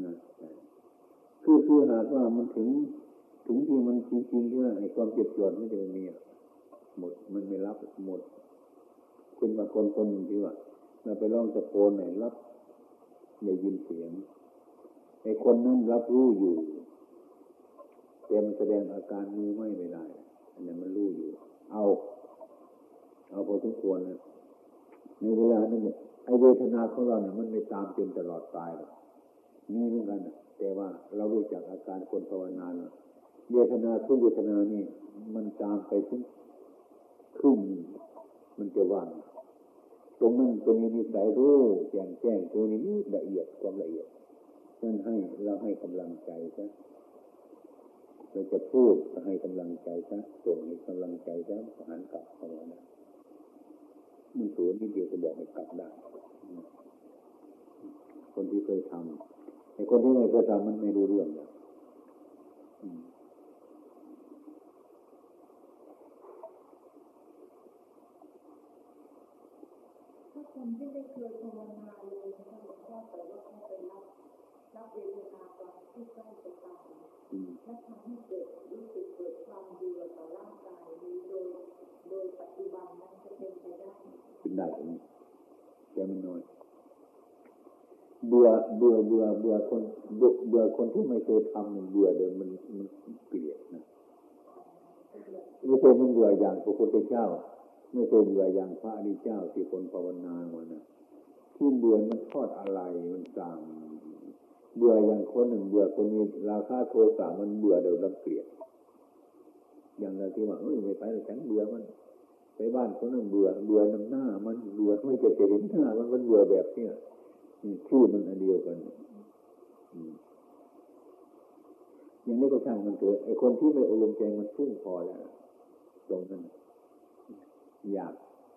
คือหากว่ามันถึงที่มันจริงๆที่ว่าไอ้ความเจ็บปวดไม่จะไม่มีหมดมันไม่รับหมดเป็นบางคนหนึ่งที่ว่าเราไปร้องตะโกนไหนรับได้ยินเสียงไอ้คนนั้นรับรู้อยู่แต่มันแสดงอาการมือไม่ได้อันนั้นมันรู้อยู่เอาพอสมควรนะในเวลานั้นเนี่ยไอ้เวทนาของเราเนี่ยมันไม่ตามจนตลอดตายหรอกมีเหมือนกันแต่ว่าเรารู้จักอาการคนภาวนาเวทนาทุกเวทนานี่มันตามไปถึงครึ่งมันจะว่างตรงนั้นตัวนี้นิสัยรู้แจ้งตัวนี้ละเอียดความละเอียดนั่นเราให้กำลังใจซะเราจะพูดก็ให้กำลังใจซะส่งให้กำลังใจซะหันกลับเข้ามามันสูงนิดเดียวก็บอกให้กลับได้คนที่เคยทำไอ้คนที่ไม่เคยทำมันไม่รู้เรื่องเลยถ้าคนที่ไม่เคยภาวนาเลยนะคะหลวงพ่อแต่ว่าเขาไปรับเวทนาตอนที่ใกล้จะตายและทำให้เกิดรู้สึกเกิดความเบื่อต่อร่างกายนี้โดยปัจจุบันนั้นจะเป็นไปได้เป็นได้ไหมแต่มันน้อยเบื่อคนที่ไม่เคยทำมันเบื่อเดิมมันเกลียดนะไม่ใช่มันเบื่ออย่างพระพุทธเจ้าไม่ใช่เบื่ออย่างพระอริยเจ้าที่คนภาวนามานะที่เบื่อมันทอดอะไรมันสั่งเบื่ออย่างคนหนึ่งเบื่อคนนี้ราคะโทสะมันเบื่อเดิมแล้วเกลียดอย่างเราที่ว่าไม่ไปแล้วฉันเบื่อมันไปบ้านคนนึงเบื่อน้ำหน้ามันเบื่อไม่จะเห็นหน้ามันเบื่อแบบเนี้ยชื่อมันอันเดียวกันอย่างนี้ก็ช่างมันเถอะไอ้คนที่ไม่อบรมใจมันฟุ้งพอแล้วตรงนั้นอยาก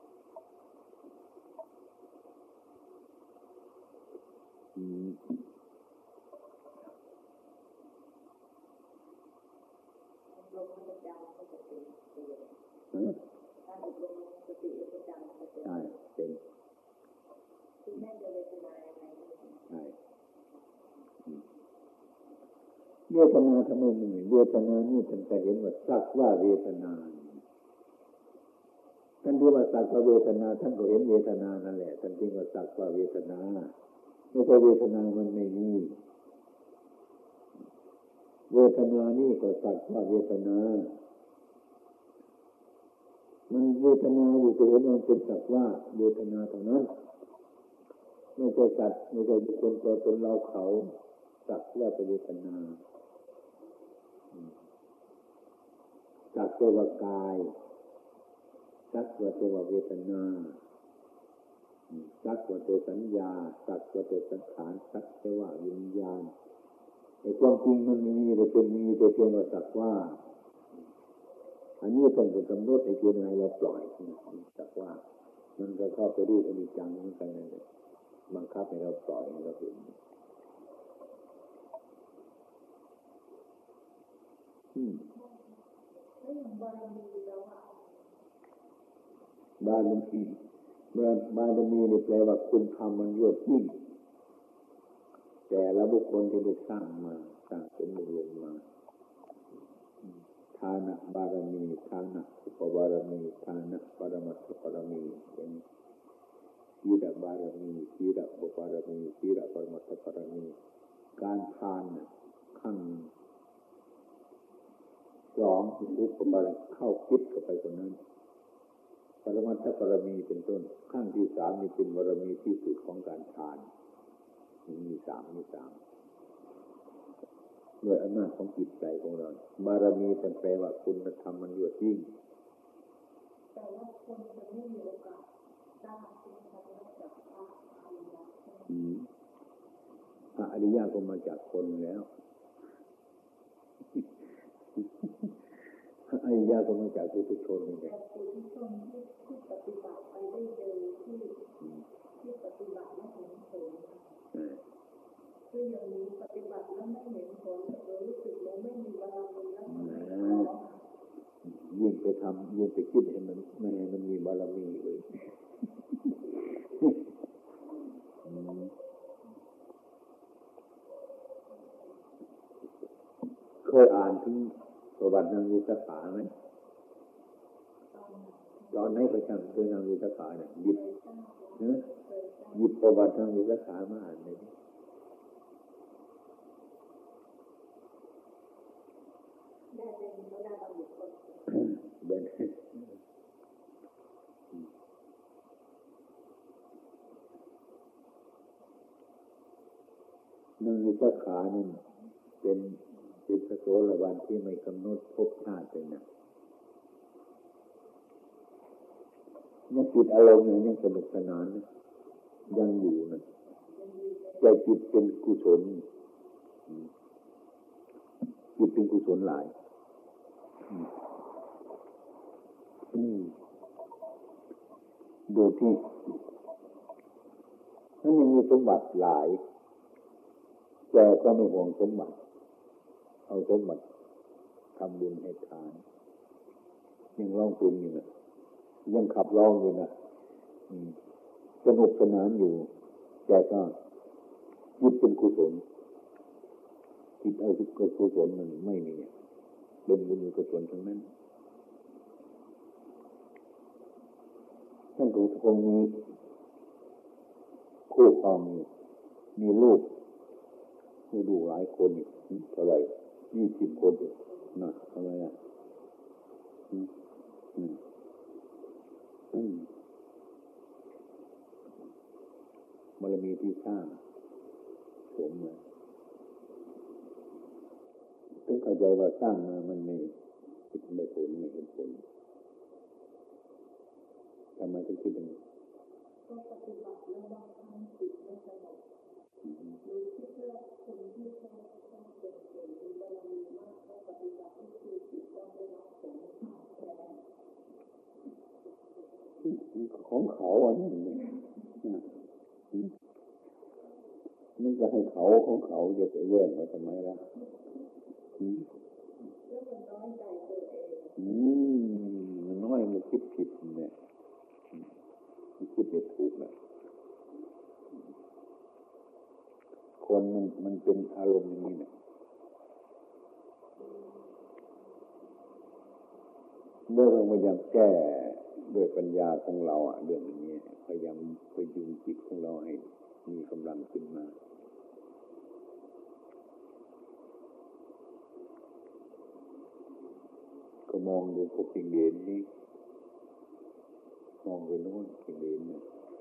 ลงประจำก็จะเป็นการอบรมสติประจำก็จะใช่เป็นคือแม่จะเวทนาอะไรใช่เวทนาทำไมมันเวทนานี่ท่านจะเห็นว่าสักว่าเวทนาท่านที่ว่าสักว่าเวทนาท่านก็เห็นเวทนานั่นแหละท่านจึงว่าสักว่าเวทนาไม่ใช่เวทนามันไม่มีเวทนานี่ก็สักว่าเวทนามันเวทนาอยู่ก็เห็นมันเป็นสักว่าเวทนาเท่านั้นไม่ใช่สัตว์ไม่ใช่บุคคลตัวตนเราเขาสักว่าเป็นเวทนาสักแต่ว่ากายสักว่าแต่ว่าเวทนาสักว่าแต่สัญญาสักว่าแต่สังขารสักแต่ว่าวิญญาณไอ้ความจริงมันมีแต่เป็นมีแต่เพียงว่าสักว่าอันนี้เป็นกำหนดไอ้เพียงไรเราปล่อยสักว่ามันก็เข้าไปรู้อนิจจังเหมือนกันเลยบังคับให้เราปล่อยให้เราเห็นแล้วอย่างบารมีแล้วอ่ะบารมีนี่แปลว่าคุณธรรมมันยอดยิ่งแต่ละบุคคลที่ได้สร้างมาสร้างสมบูรณ์ลงมาทานะบารมีทานะอุปบารมีทานะปรมัตถบารมีเป็นศีลบารมีศีลอุปบารมีศีลปรมัตถบารมีการทานขั้นสองอุปบารมีเข้าคิดกับไปคนนั้นปรมัตถบารมีเป็นต้นขั้นที่สามนี่เป็นบารมีที่สุดของการทานมีสามด้วยอำนาจของจิตใจของเราบารมีเป็นแปลว่าคุณธรรมมันยอดยิ่งแต่ว่าคนจะไม่มีโอกาสได้ที่จะได้จากพระอริยะพระอริยะก็มาจากคนแล้วพระอริยะก็มาจากปุถุชนนี่แหละปุถุชนที่ปฏิบัติไปได้เร็วที่ปฏิบัติแล้วเห็นผลคืออย่างนี้ปฏิบัติแล้วไม่เห็นผลแต่เรารู้สึกเราไม่มีบารมีแล้วยิ่งไปทำยิ่งไปคิดให้มันไม่ให้มันมีบารมีเลยเคยอ่านถึงประวัตินางวิสาขาไหมตอนไหนก็ช่างคือนางวิสาขาเนี่ยหยิบประวัตินางวิสาขามาอ่านเลยได้เป็นเขาได้บางบุคคลนางวิสาขานั่นเป็นพระโสดาบันที่ไม่กำหนดภพชาติเลยนะยังจิตอารมณ์ยังสนุกสนานยังอยู่นะใจจิตเป็นกุศลจิตเป็นกุศลหลายโดยที่นั่นยังมีสมบัติหลายแต่ก็ไม่ห่วงสมบัติเอาสมบัติทำบุญให้ทานยังร้องเพลงอยู่นะยังขับร้องอยู่นะสนุกสนานอยู่แต่ก็จิตเป็นกุศลจิตเอาทุกข์กุศลมันไม่มีเป็นบุญกุศลทั้งนั้นท่านคงมีคู่ครองมีลูกดูหลายคนเท่าไหร่20 คนนะทำไมบารมีที่สร้างสมมาต้องเข้าใจว่าสร้างมามันไม่ผลไม่เห็นผลทำไมถึงคิดอย่างนี้ก็ปฏิบัติแล้วบางครั้งจิตไม่สงบหรือคิดว่าคนที่ชอบเก่งๆมีบารมีมากเขาปฏิบัติที่คือจิตต้องได้รับผลของเขาอันนี้มันจะให้เขาของเขาจะไปแย่งมาทำไมล่ะแล้วมันน้อยใจตัวเองมันน้อยมันคิดผิดเนี่ยมันคิดไม่ถูกนะคนมันเป็นอารมณ์อย่างนี้นะเมื่อเราพยายามแก้ด้วยปัญญาของเราเรื่องนี้พยายามพยุงจิตของเราให้มีกำลังขึ้นมาก็มองดูพวกกิเลสนี้มองไปโน่นกิเลสเนี่ย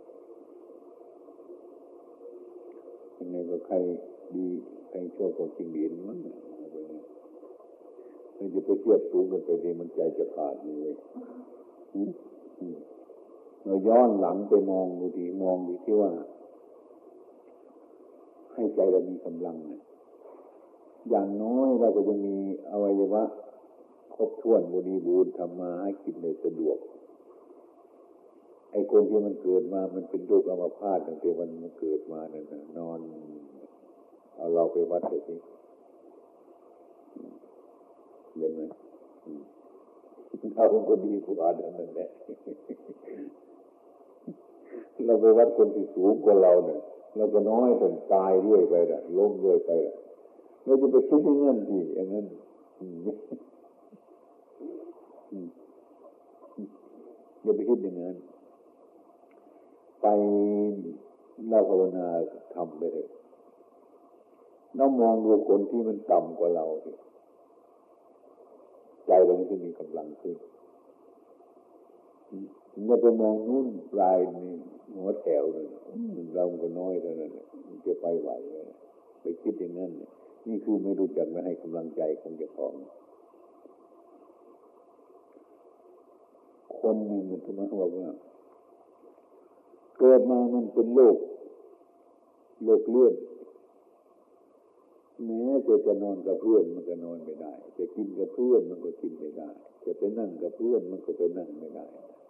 ยังไงก็ใครดีใครชั่วก็กิเลสมั้งมันจะไปเทียบสูงกันไปดีมันใจจะขาดนี่เว้ยเราย้อนหลังไปมองดูทีมองดูที่ว่าให้ใจเรามีกำลังเนี่ยอย่างน้อยเราก็จะมีอวัยวะครบถ้วนบริบูรณ์ทำมาให้กินได้สะดวกไอ้คนที่มันเกิดมามันเป็นโรคอัมพาตตั้งแต่มันเกิดมาเนี่ยนอนเอาเราไปวัดไปสิเป็นไหมเราเป็นคนดีผู้อ่านนั่นแหละเราไปวัดคนที่สูงกว่าเราเนี่ยเราก็น้อยจนตายเรื่อยไปละล้มเรื่อยไปละเราจะไปคิดอย่างนั้นดีอย่างนั้นอย่าไปคิดอย่างนั้นไปเราภาวนาทำไปเลยเรามองดูคนที่มันต่ำกว่าเราสิใจเราจะมีกำลังขึ้นอย่าไปมองนู่นปลายนี่หัวแถวเลยเราก็น้อยเท่านั้นมันจะไปไหวเลยไปคิดอย่างนั้นนี่คือไม่รู้จักไม่ให้กำลังใจของเจ้าของคนหนึ่งมันทุกข์บอกว่าเกิดมามันเป็นโรคเลื่อนแม้จะนอนกับเพื่อนมันก็นอนไม่ได้จะกินกับเพื่อนมันก็กินไม่ได้จะไปนั่งกับเพื่อนมันก็ไปนั่งไม่ได้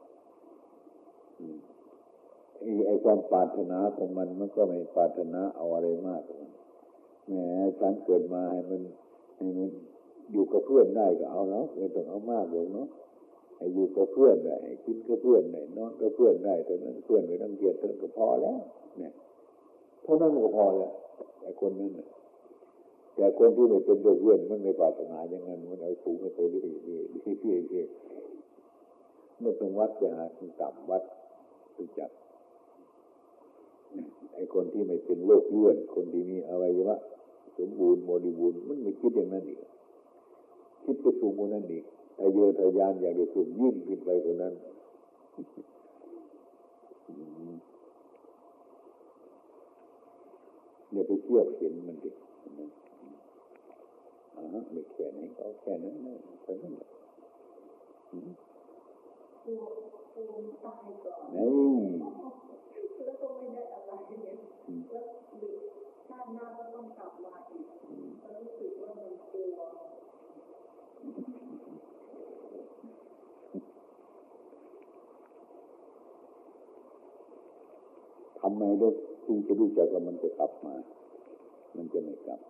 ไอ้ความปรารถนาของมันก็ไม่ปรารถนาเอาอะไรมากแหมฉันเกิดมาให้มันอยู่กับเพื่อนได้ก็เอาแล้วไม่ต้องเอามากหรอกเนาะให้อยู่กับเพื่อนได้กินกับเพื่อนได้นอนกับเพื่อนได้แต่นั้นเพื่อนไม่ต้องเกลียดเท่านั้นก็พอแล้วเนี่ยเท่านั้นก็พอแล้วไอ้คนนั้นน่ะแต่คนที่ไม่เป็นเพื่อนมันไม่ปรารถนาอย่างนั้นมันเอาสูงไปเรื่อยๆเมื่อเป็นวัดจะหาที่ต่ำวัดรู้จักไอ้คนที่ไม่เป็นโรคเลื่อนคนที่มีอวัยวะสมบูรณ์บริบูรณ์มันไม่คิดอย่างนั้นอีกคิดไปสูงกว่านั้นอีกทะเยอทะยานอยากได้สูงยิ่งขึ้นไปกว่านั้นอย่าไปเทียบเห็นมันดิไม่แค่ไหนเขาแค่นั้นนะแค่นั้นแหละตายก่อนแล้วก็ไม่ได้อะไรเนี่ยแล้วชาติหน้าก็ต้องกลับมาอีกแล้วรู้สึกว่ามันกลัวทำไมเราจึงจะรู้จักว่ามันจะกลับมามันจะไม่กลับ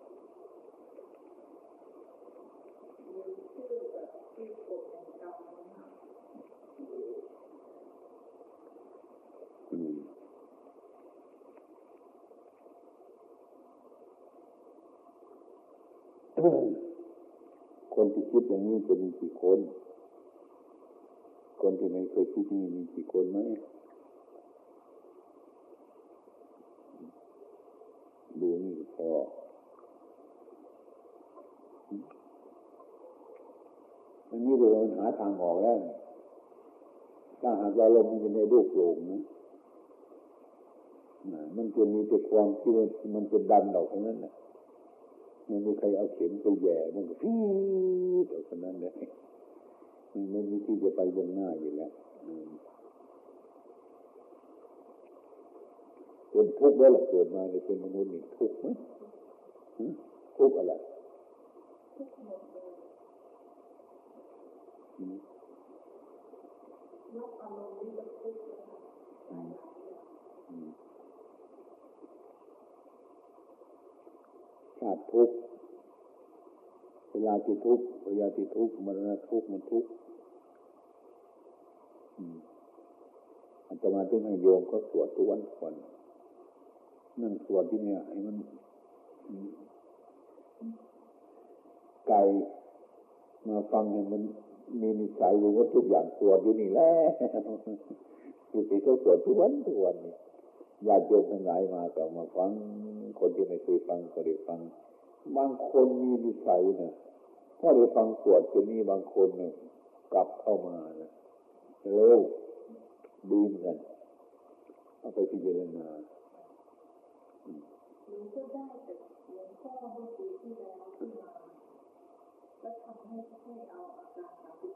คนที่คิดอย่างนี้จะมีกี่คนคนที่ไม่เคยคิดนี้มีกี่คนไหมดูนี่พออันนี้เราหาทางออกแล้วถ้าหากเราลงมันจะในรูปโลงนะมันจะมีแต่ความที่มันจะดันออกทั้งนั้นนะมันมีใครเอาเข็มไปแย่มันก็ฟีดออกทั้งนั้นเลยมันมีที่จะไปบนหน้าอยู่แล้วเป็นทุกข์แล้วหรอเกิดมาในเป็นมนุษย์นี่ทุกข์ไหมทุกข์อะไรทุกข์หมดเลยรับอารมณ์นี้ก็ทุกข์แล้วชาติทุกข์เวลาที่ทุกข์เวลาที่ทุกข์มรณะทุกข์มันทุกข์อาตมาที่ให้โยมก็สวดทุกวันก่อนนั่งสวดที่เนี่ยให้มันไกลมาฟังให้มันมีนิสัยอยู่ว่าทุกอย่างสวดอยู่นี่แหละคือที่เขาสวดทุกวันนี่ญาติโยมทั้งหลายมาก็มาฟังคนที่ไม่เคยฟังก็ได้ฟังบางคนมีนิสัยนะถ้าได้ฟังสวดจะมีบางคนเนี่ยกลับเข้ามานะเร็วดีเหมือนกันเอาไปพิจารณาหนูก็ได้แต่หลวงพ่อเมื่อปีที่แล้วที่มาแล้วทำให้เอาอาการ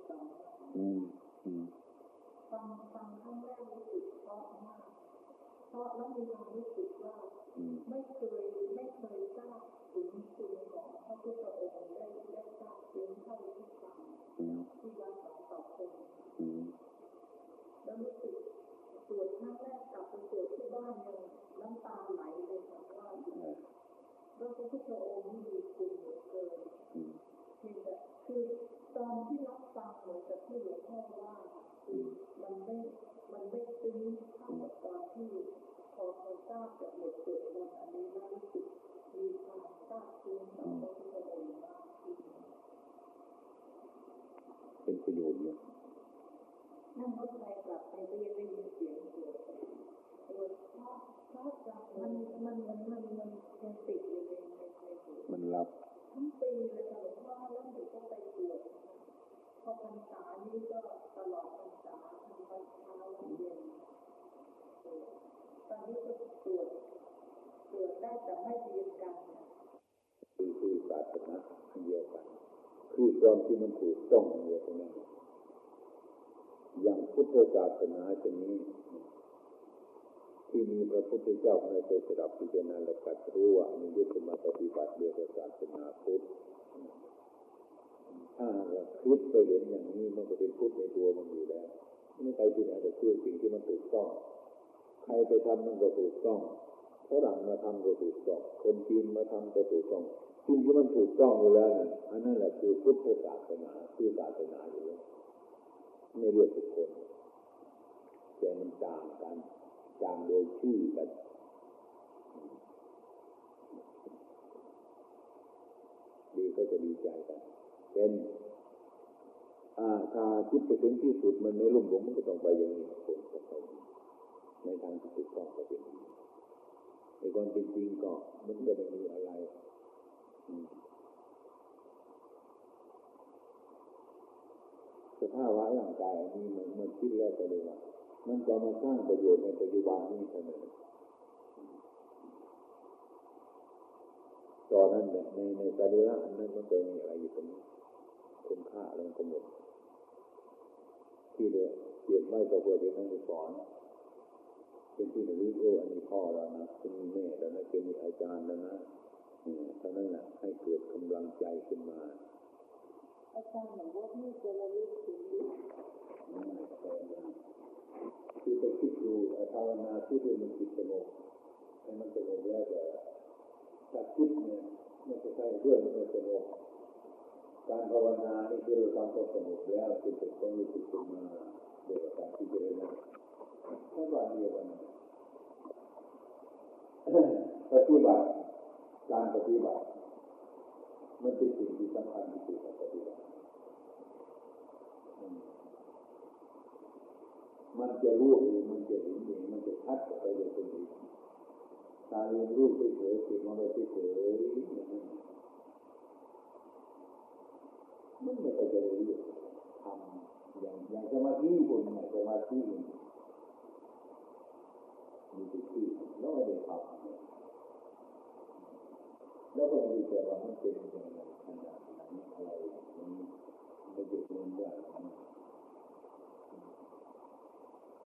32ฟังครั้งแรกรู้สึกเพราะมากเพราะแล้วมีความรู้สึกว่าไม่เคยทราบถึงคุณของพระพุทธองค์ได้ทราบถึงเท่าที่ฟังที่วัดหนองเต่าคงแล้วรู้สึกสวดครั้งแรกกลับไปสวดที่บ้านยังน้ำตาไหลเลยค่ะว่าแล้วพระพุทธองค์นี่มีคุณเหลือเกินเพียงแต่คือตอนที่รับฟังเหมือนกับที่หลวงพ่อว่าคือมันไม่ซึ้งเท่ากับตอนที่พอทราบจากบทสวดมนต์อันนี้แล้วรู้สึกมีความซาบซึ้งต่อพระพุทธองค์มากเป็นประโยชน์เยอะนั่งรถไฟกลับไปก็ยังได้ยินเสียงสวดเพราะจากมันยังติดอยู่ในหูมันรับทั้งปีเลยค่ะหลวงพ่อแล้วหนูก็ไปตรวจพอพรรษานี้ก็ตลอดพรรษาทำวัดเช้าวันเย็นตอนนี้ก็ตรวจได้แต่ไม่เรียนกันคือศาสนาเดียวกันคือความที่มันถูกต้องเดียวกันอย่างพุทธศาสนาชนี้ที่มีพระพุทธเจ้าในไปสดับพิจารณาและตรัสรู้ว่ามียุทธมาปฏิบัติเรียกว่าศาสนาพุทธถ้าเราคิดไปเห็นอย่างนี้มันก็เป็นพุทธในตัวมันอยู่แล้วไม่ใครที่ไหนแต่คือสิ่งที่มันถูกต้องใครไปทำมันก็ถูกต้องฝรั่งมาทำก็ถูกต้องคนจีนมาทำก็ถูกต้องสิ่งที่มันถูกต้องอยู่แล้วนั่นอันนั้นแหละคือพุทธศาสนาคือศาสนาอยู่แล้วไม่เรียกทุกคนแต่มันต่างกันต่างโดยชื่อกันดีก็จะดีใจกันเป็นถ้าคิดไปถึงที่สุดมันไม่ลุ่มหลงมันก็ต้องไปอย่างนี้คนก็ไปในทางที่ถูกต้องก็เป็นในความเป็นจริงก็มันก็ไม่มีอะไรสภาวะร่างกายอันนี้มันคิดแล้วก็เลยว่ามันจะมาสร้างประโยชน์ในปัจจุบันนี้เท่านั้นตอนนั้นในสรีระอันนั้นมันจะมีอะไรอยู่ตรงนี้คุณค่าอะไรก็หมดที่เดียวเก็บไว้ก็เพื่อเป็นนักสอนเป็นที่ระลึกอันนี้พ่อเรานะเป็นแม่แล้วนะเป็นอาจารย์แล้วนะเท่านั้นแหละให้เกิดกำลังใจขึ้นมาอาจารย์เหมือนว่านี่จะระลึกถึงคือไปคิดดูภาวนาที่ดูมันจิตสงบให้มันสงบแล้วแต่ถ้าคิดเนี่ยมันจะใช่เรื่องมันสงบการภาวนานี่คือเราทำสงบแล้วจิตจะต้องรู้สึกขึ้นมาโดยการพิจารณาถ้าว่าเดียวกันปฏิบัติการปฏิบัติมันเป็นสิ่งที่สำคัญที่สุดของปฏิบัติมันจะรู้เองมันจะเห็นเองมันจะชัดไปโดยตรงเองการเรียนรู้เฉยๆคิดมาเฉยๆมันไม่จะได้รู้ทำอย่างสมาธิคนไหนสมาธิมีจิตที่แล้วไม่ได้ทำแล้วก็ไม่รู้ว่ามันเป็นยังไงขนาดไหนอะไรนี้ไม่ได้รู้ว่า